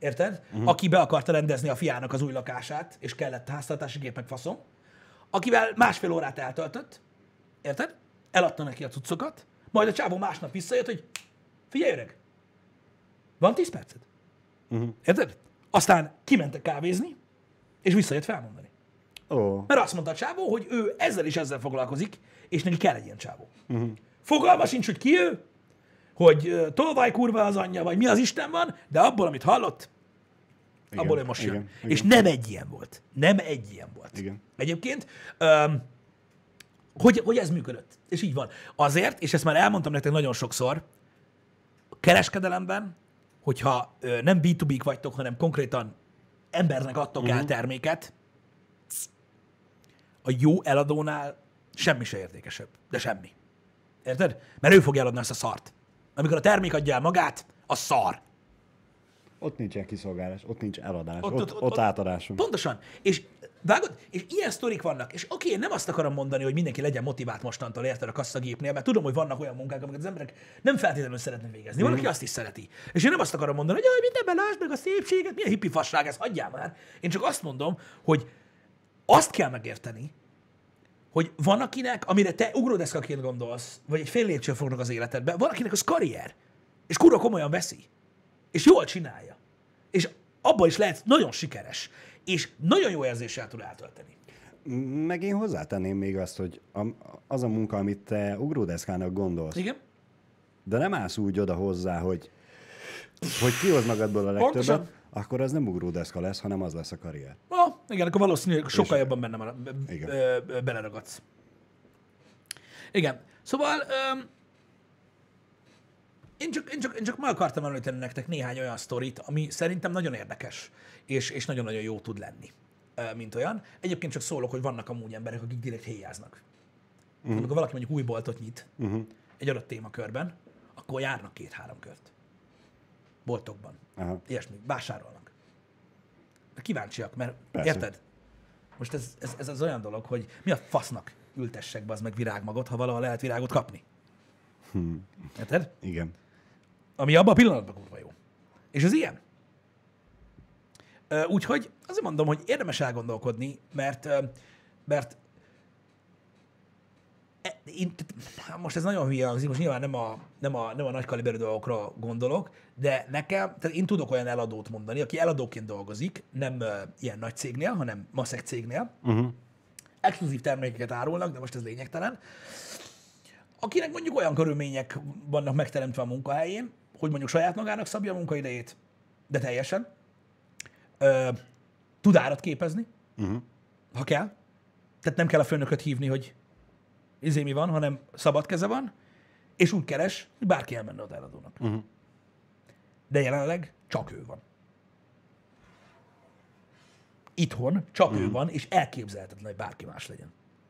érted? Uh-huh. Aki be akarta rendezni a fiának az új lakását, és kellett háztartási gép meg faszom, akivel másfél órát eltöltött, érted? Eladta neki a cuccokat, majd a csávó másnap visszajött, hogy figyelj öreg, van tíz perced? Uh-huh. Érted? Aztán kimentek kávézni, és visszajött felmondani. Oh. Mert azt mondta a csávó, hogy ő ezzel is ezzel foglalkozik, és neki kell egy ilyen csávó. Uh-huh. Fogalma sincs, hogy ki ő, hogy uh, tolvaj kurva az anyja, vagy mi az Isten van, de abból, amit hallott, igen, abból ő most jön. Igen, és igen. nem egy ilyen volt. Nem egy ilyen volt. Igen. Egyébként, um, hogy, hogy ez működött. És így van. Azért, és ezt már elmondtam nektek nagyon sokszor, a kereskedelemben, hogyha ö, nem bé kettő bé-k vagytok, hanem konkrétan embernek adtok uh-huh. el terméket, a jó eladónál semmi se értékesebb. De semmi. Érted? Mert ő fogja eladni ezt a szart. Amikor a termék adja el magát, a szar. Ott nincsen kiszolgálás, ott nincs eladás, ott, ott, ott, ott, ott, ott átadás. Pontosan. És vágod? És ilyen sztorik vannak. És oké, én nem azt akarom mondani, hogy mindenki legyen motivált mostantól, érted, a kasszagépnél, mert tudom, hogy vannak olyan munkák, amiket az emberek nem feltétlenül szeretnek végezni. Van, aki azt is szereti. És én nem azt akarom mondani, hogy jaj, mindenben lásd meg a szépséget, milyen hippi fasság ez, hagyjál már. Én csak azt mondom, hogy azt kell megérteni, hogy van akinek, amire te ugródeszkaként gondolsz, vagy egy fél lépcsőfoknak az életedben, van akinek az karrier, és kurva komolyan veszi, és jól csinálja. És abban is lehet nagyon sikeres, és nagyon jó érzéssel tud eltölteni. Meg én hozzátenném még azt, hogy az a munka, amit te ugródeszkának gondolsz, igen? de nem állsz úgy oda hozzá, hogy, hogy kihoz magadból a legtöbbet, pontosan. Akkor az nem ugródeszka lesz, hanem az lesz a karrier. Ah, igen, akkor valószínűleg sokkal és... jobban benne mar- b- b- beleragadsz. Igen. Szóval öm, én, csak, én, csak, én csak meg akartam említeni nektek néhány olyan sztorit, ami szerintem nagyon érdekes, és, és nagyon-nagyon jó tud lenni, mint olyan. Egyébként csak szólok, hogy vannak amúgy emberek, akik direkt héjáznak. Uh-huh. Amikor valaki mondjuk új boltot nyit uh-huh. egy adott témakörben, akkor járnak két-három kört. Boltokban. Aha. Ilyesmi. Vásárolnak. Kíváncsiak, mert persze. Érted? Most ez, ez, ez az olyan dolog, hogy mi a fasznak ültessek be az meg virágmagot, ha valahol lehet virágot kapni. Hmm. Érted? Igen. Ami abban a pillanatban kurva jó. És ez ilyen. Úgyhogy azért mondom, hogy érdemes elgondolkodni, mert, mert én, most ez nagyon hülye hangzik, most nyilván nem a, nem a, nem a nagy kaliberű dolgokra gondolok, de nekem, tehát én tudok olyan eladót mondani, aki eladóként dolgozik, nem uh, ilyen nagy cégnél, hanem maszek cégnél. Uh-huh. Exkluzív termékeket árulnak, de most ez lényegtelen. Akinek mondjuk olyan körülmények vannak megteremtve a munkahelyén, hogy mondjuk saját magának szabja a munkaidejét, de teljesen. Uh, tud árat képezni, uh-huh. ha kell. Tehát nem kell a főnököt hívni, hogy izé mi van, hanem szabad keze van, és úgy keres, hogy bárki elmenne az eladónak. Uh-huh. De jelenleg csak ő van. Itthon csak uh-huh. ő van, és elképzelhetetlen, hogy bárki más legyen.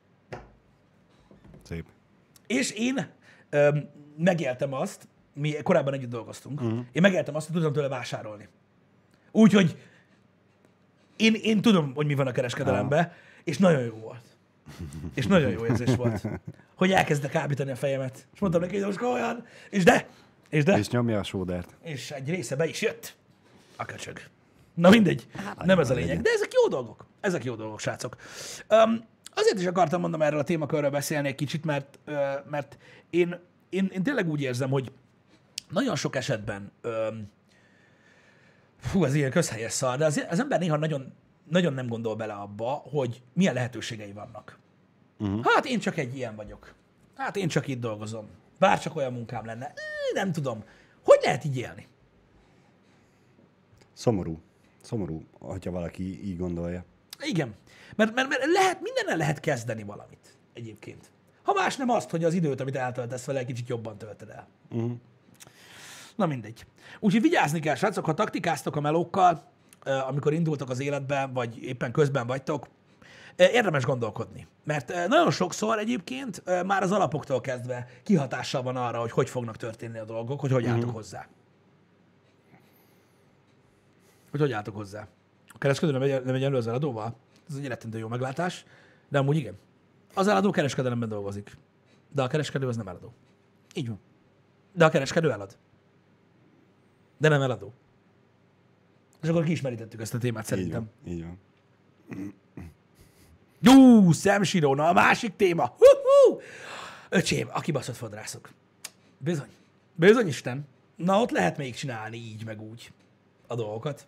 Szép. És én öm, megéltem azt, mi korábban együtt dolgoztunk, uh-huh. én megéltem azt, hogy tudtam tőle vásárolni. Úgyhogy én, én tudom, hogy mi van a kereskedelemben, uh-huh. és nagyon jó volt. És nagyon jó érzés volt, hogy elkezdte kábítani a fejemet. És mondtam neki, hogy most olyan, és de, és de. És nyomja a sódert. És egy része be is jött. A köcsög. Na mindegy, hát, nem ez a lényeg. De ezek jó dolgok. Ezek jó dolgok, srácok. Um, azért is akartam, mondom, erről a témakörről beszélni egy kicsit, mert, uh, mert én, én, én tényleg úgy érzem, hogy nagyon sok esetben um, fú, ez ilyen közhelyes szar, de az, az ember néha nagyon nagyon nem gondol bele abba, hogy milyen lehetőségei vannak. Uh-huh. Hát én csak egy ilyen vagyok. Hát én csak itt dolgozom. Bár csak olyan munkám lenne. Nem tudom. Hogy lehet így élni? Szomorú. Szomorú, hogyha valaki így gondolja. Igen. Mert, mert, mert lehet, mindennel lehet kezdeni valamit egyébként. Ha más nem azt, hogy az időt, amit eltöltesz vele, egy kicsit jobban töltöd el. Uh-huh. Na mindegy. Úgyhogy vigyázni kell, srácok, ha taktikáztok a melókkal, amikor indultok az életben, vagy éppen közben vagytok, érdemes gondolkodni. Mert nagyon sokszor egyébként már az alapoktól kezdve kihatással van arra, hogy hogy fognak történni a dolgok, hogy hogy álltok uh-huh. hozzá. Hogy hogy álltok hozzá. A kereskedő nem megy, nem megy elő az eladóval? Ez egy rettentő jó meglátás, de amúgy igen. Az eladó kereskedelemben dolgozik, de a kereskedő az nem eladó. Így van. De a kereskedő elad. De nem eladó. És akkor kiismerítettük ezt a témát Így szerintem. van, így van. Jú, szemsíró, na a másik téma. Hú-hú! Öcsém, a kibaszott fodrászok. Bizony. Bizony Isten. Na, ott lehet még csinálni így, meg úgy a dolgokat.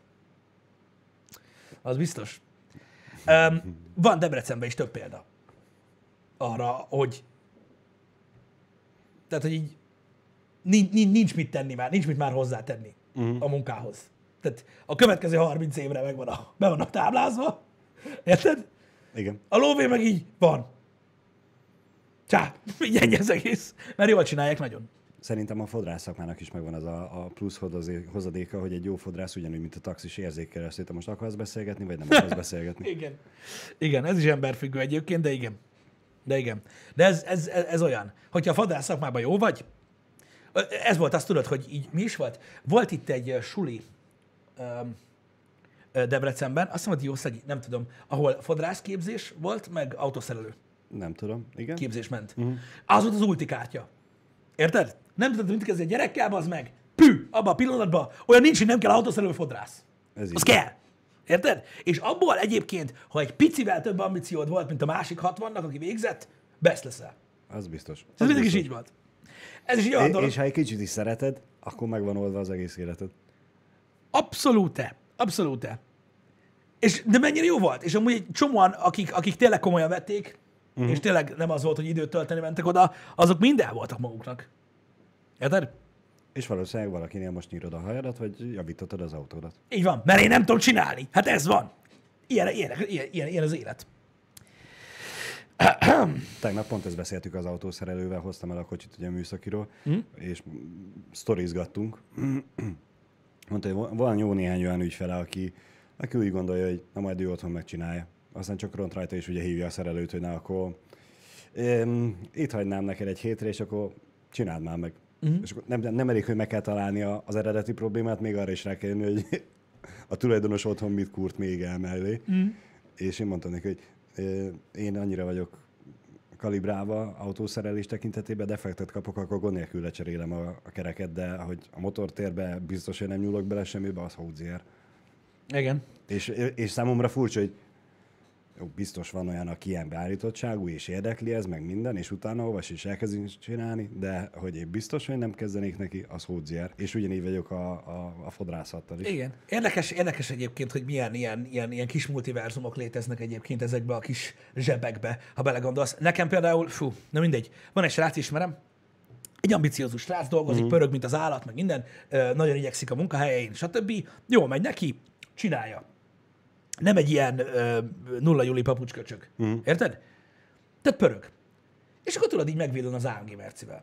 Az biztos. Um, van Debrecenben is több példa arra, hogy tehát, hogy így nincs, nincs mit tenni már, nincs mit már hozzátenni uh-huh. a munkához. Tehát a következő harminc évre meg van a, be vannak táblázva. Érted? Igen. A lóvé meg így van. Csá, így ennyi az egész. Mert jól csinálják nagyon. Szerintem a fodrász szakmának is megvan az a, a plusz hozadéka, hogy egy jó fodrász ugyanúgy, mint a taxis érzékel azt, hogy te most akarsz beszélgetni, vagy nem akarsz beszélgetni. Igen. Igen, ez is emberfüggő egyébként, de igen. De igen. De ez, ez, ez, ez olyan, hogyha a fodrász szakmában jó vagy, ez volt, azt tudod, hogy így mi is volt? Volt itt egy uh, suli um, Debrecenben, azt hiszem, hogy Jószegi, nem tudom, ahol fodrászképzés volt, meg autószerelő Nem tudom, igen. képzés ment. Uh-huh. Az volt az ultikártya. Érted? Nem tudod, mit kezdeni egy gyerekkel, az meg. Pű, abban a pillanatban olyan nincs, hogy nem kell autószerelő fodrász. Ez Az így. kell. Érted? És abból egyébként, ha egy picivel több ambíciód volt, mint a másik hatvannak, aki végzett, best leszel. Az biztos. Ez Az mindig is biztos. így volt. Ez is egy olyan É- dolog. és ha egy kicsit is szereted, akkor megvan oldva az egész életed. Abszolút. Abszolút. És de mennyire jó volt. És amúgy egy csomóan, akik, akik tényleg komolyan vették, uh-huh. és tényleg nem az volt, hogy időt tölteni mentek oda, azok mind el voltak maguknak. Érted? És valószínűleg valakinél most nyírod a hajadat, vagy javítottad az autódat. Így van. Mert én nem tudom csinálni. Hát ez van. Ilyen, ilyen, ilyen, ilyen, ilyen az élet. Tegnap pont ezt beszéltük az autószerelővel, hoztam el a kocsit ugye a műszakiról, mm. és sztorizgattunk. Mondta, hogy van jó néhány olyan ügyfele, aki, aki úgy gondolja, hogy na majd ő otthon megcsinálja. Aztán csak ront rajta, és ugye hívja a szerelőt, hogy na akkor um, itt hagynám neked egy hétre, és akkor csináld már meg. Mm. És akkor nem, nem elég, hogy meg kell találni a, az eredeti problémát, még arra is rá kell jönni, hogy a tulajdonos otthon mit kúrt még el mellé. Mm. És én mondtam neki, hogy én annyira vagyok kalibrálva autószerelés tekintetében, defektet kapok, akkor gond nélkül lecserélem a, a kereket, de hogy a motortérbe biztos, hogy nem nyúlok bele semmibe, az hódzier. Igen. És, és számomra furcsa, hogy jó, biztos van olyan, aki ilyen beállítottságú, és érdekli ez, meg minden, és utána olvas, és elkezdünk csinálni, de hogy én biztos, hogy nem kezdenék neki, az hódzier. És ugyanígy vagyok a, a, a fodrászattal is. Igen. Érdekes, érdekes egyébként, hogy milyen ilyen, ilyen, ilyen kis multiverzumok léteznek egyébként ezekbe a kis zsebekbe, ha belegondolsz. Nekem például, fú, na mindegy, van egy srác, ismerem, egy ambiciózus srác, dolgozik, mm. pörög, mint az állat, meg minden, nagyon igyekszik a munkahelyein, stb. Jól megy neki, csinálja. Nem egy ilyen ö, nulla júli papucsköcsög. Mm. Érted? Tehát pörög. És akkor tudod, így megvillan az á em gé Mercivel.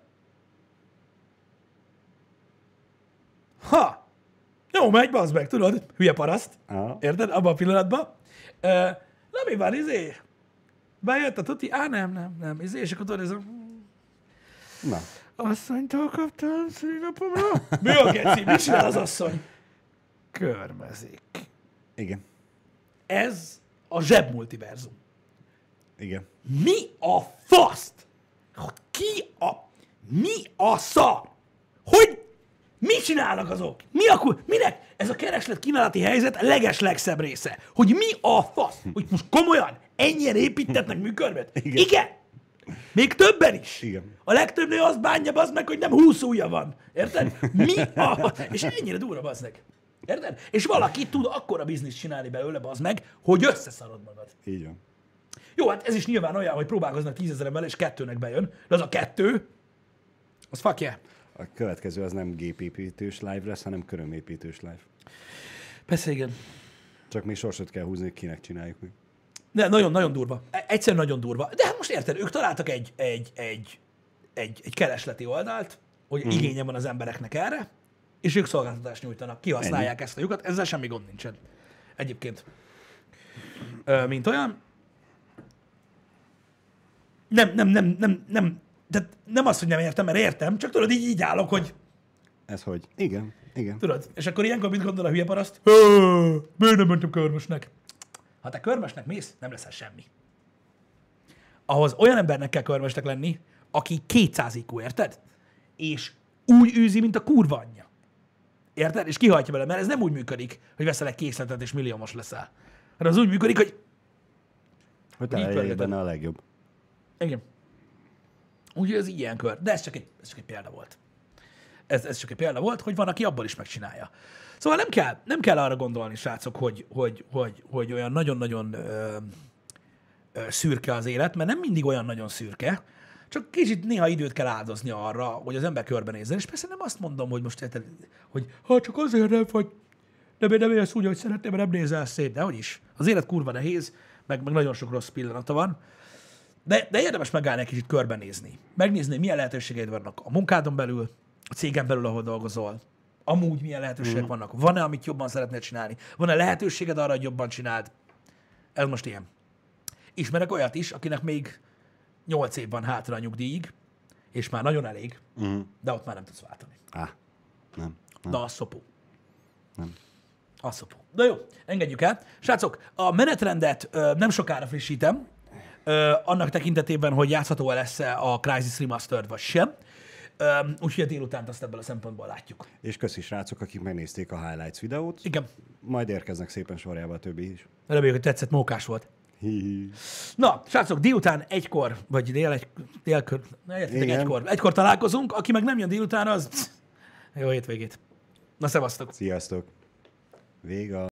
Ha! Jó, megy, bazd meg, tudod? Hülye paraszt. Aha. Érted? Abban a pillanatban. Ö, na mi van, izé? Bejött a tuti? Á, nem, nem, nem. Izé, és akkor tudod, ez a... Na. Asszonytól kaptam szülinapomra? Mi a geci? Mit csinál az asszony? Körmezik. Igen. Ez a zsebmultiverzum. Igen. Mi a faszt? Hogy ki a... Mi a szar? Hogy... Mit csinálnak azok? Mi a kur... Minek? Ez a kereslet-kínálati helyzet a leges-legszebb része. Hogy mi a fasz? Hogy most komolyan ennyien építetnek műkörmet? Igen. Igen. Még többen is. Igen. A legtöbb nő azt bánja, bazd meg, hogy nem húsz ujja van. Érted? Mi a... És ennyire durva, bazd meg. Érted? És valaki tud akkora bizniszt csinálni belőle, bazd meg, hogy összeszarod magad. Így van. Jó, hát ez is nyilván olyan, hogy próbálkoznak tízezeren vele, és kettőnek bejön, de az a kettő, az fuck yeah. A következő az nem gépépítős live lesz, hanem körömépítős live. Persze, igen. Csak még sorsot kell húzni, kinek csináljuk meg. De nagyon-nagyon durva. Egyszerűen nagyon durva. De hát most érted, ők találtak egy, egy, egy, egy, egy keresleti oldalt, hogy mm. igénye van az embereknek erre, és ők szolgáltatást nyújtanak, kihasználják Ennyi. ezt a lyukat, ezzel semmi gond nincsen. Egyébként. Ö, mint olyan. Nem, nem, nem, nem, nem, de nem az, hogy nem értem, mert értem, csak tudod, így, így állok, hogy... Ez hogy? Igen, igen. Tudod, és akkor ilyenkor mit gondol a hülye paraszt? Miért nem mentem körmösnek? Ha te körmösnek mész, nem leszel semmi. Ahhoz olyan embernek kell körmösnek lenni, aki kétszáz í kú, érted? És úgy űzi, mint a kurva anyja. Érted? És kihajtja bele, mert ez nem úgy működik, hogy veszel egy készletet és milliómos leszel. Hanem az úgy működik, hogy Hogy így te legyél pörgeted. benne a legjobb. igen. Úgyhogy ez így ilyen kör. De ez csak egy, ez csak egy példa volt. Ez, ez csak egy példa volt, hogy van, aki abból is megcsinálja. Szóval nem kell, nem kell arra gondolni, srácok, hogy, hogy, hogy, hogy olyan nagyon-nagyon ö, ö, szürke az élet, mert nem mindig olyan nagyon szürke, csak kicsit néha időt kell áldozni arra, hogy az ember körbenézzen. És persze nem azt mondom, hogy most érted, hogy ha csak azért nem vagy, nem, nem élsz úgy, hogy szeretném, mert nem nézel szét, de hogy is. Az élet kurva nehéz, meg, meg nagyon sok rossz pillanata van. De, de érdemes megállni egy kicsit körbenézni. Megnézni, milyen lehetőségeid vannak a munkádon belül, a cégen belül, ahol dolgozol. Amúgy milyen lehetőségek mm. vannak. Van-e, amit jobban szeretnél csinálni? Van-e lehetőséged arra, hogy jobban csináld? Ez most ilyen. Ismerek olyat is, akinek még nyolc év van hátra a nyugdíjig, és már nagyon elég, Mm. de ott már nem tudsz váltani. Á, nem. nem. De az szopó. Nem. Az szopó. De jó, engedjük el. Srácok, a menetrendet ö, nem sokára frissítem, ö, annak tekintetében, hogy játszható-e lesz-e a Crysis Remastered, vagy sem. Ö, úgyhogy a délutánt azt ebből a szempontból látjuk. És köszi srácok, akik megnézték a highlights videót. Igen, Majd érkeznek szépen sorjába a többi is. reméljük, hogy tetszett, mókás volt. Hi-hi. Na, srácok, délután egykor, vagy dél, egy, délkör, ne értitek, Igen. egykor, egykor találkozunk, aki meg nem jön délután, az jó hétvégét. Na, szevasztok! Sziasztok! Vége.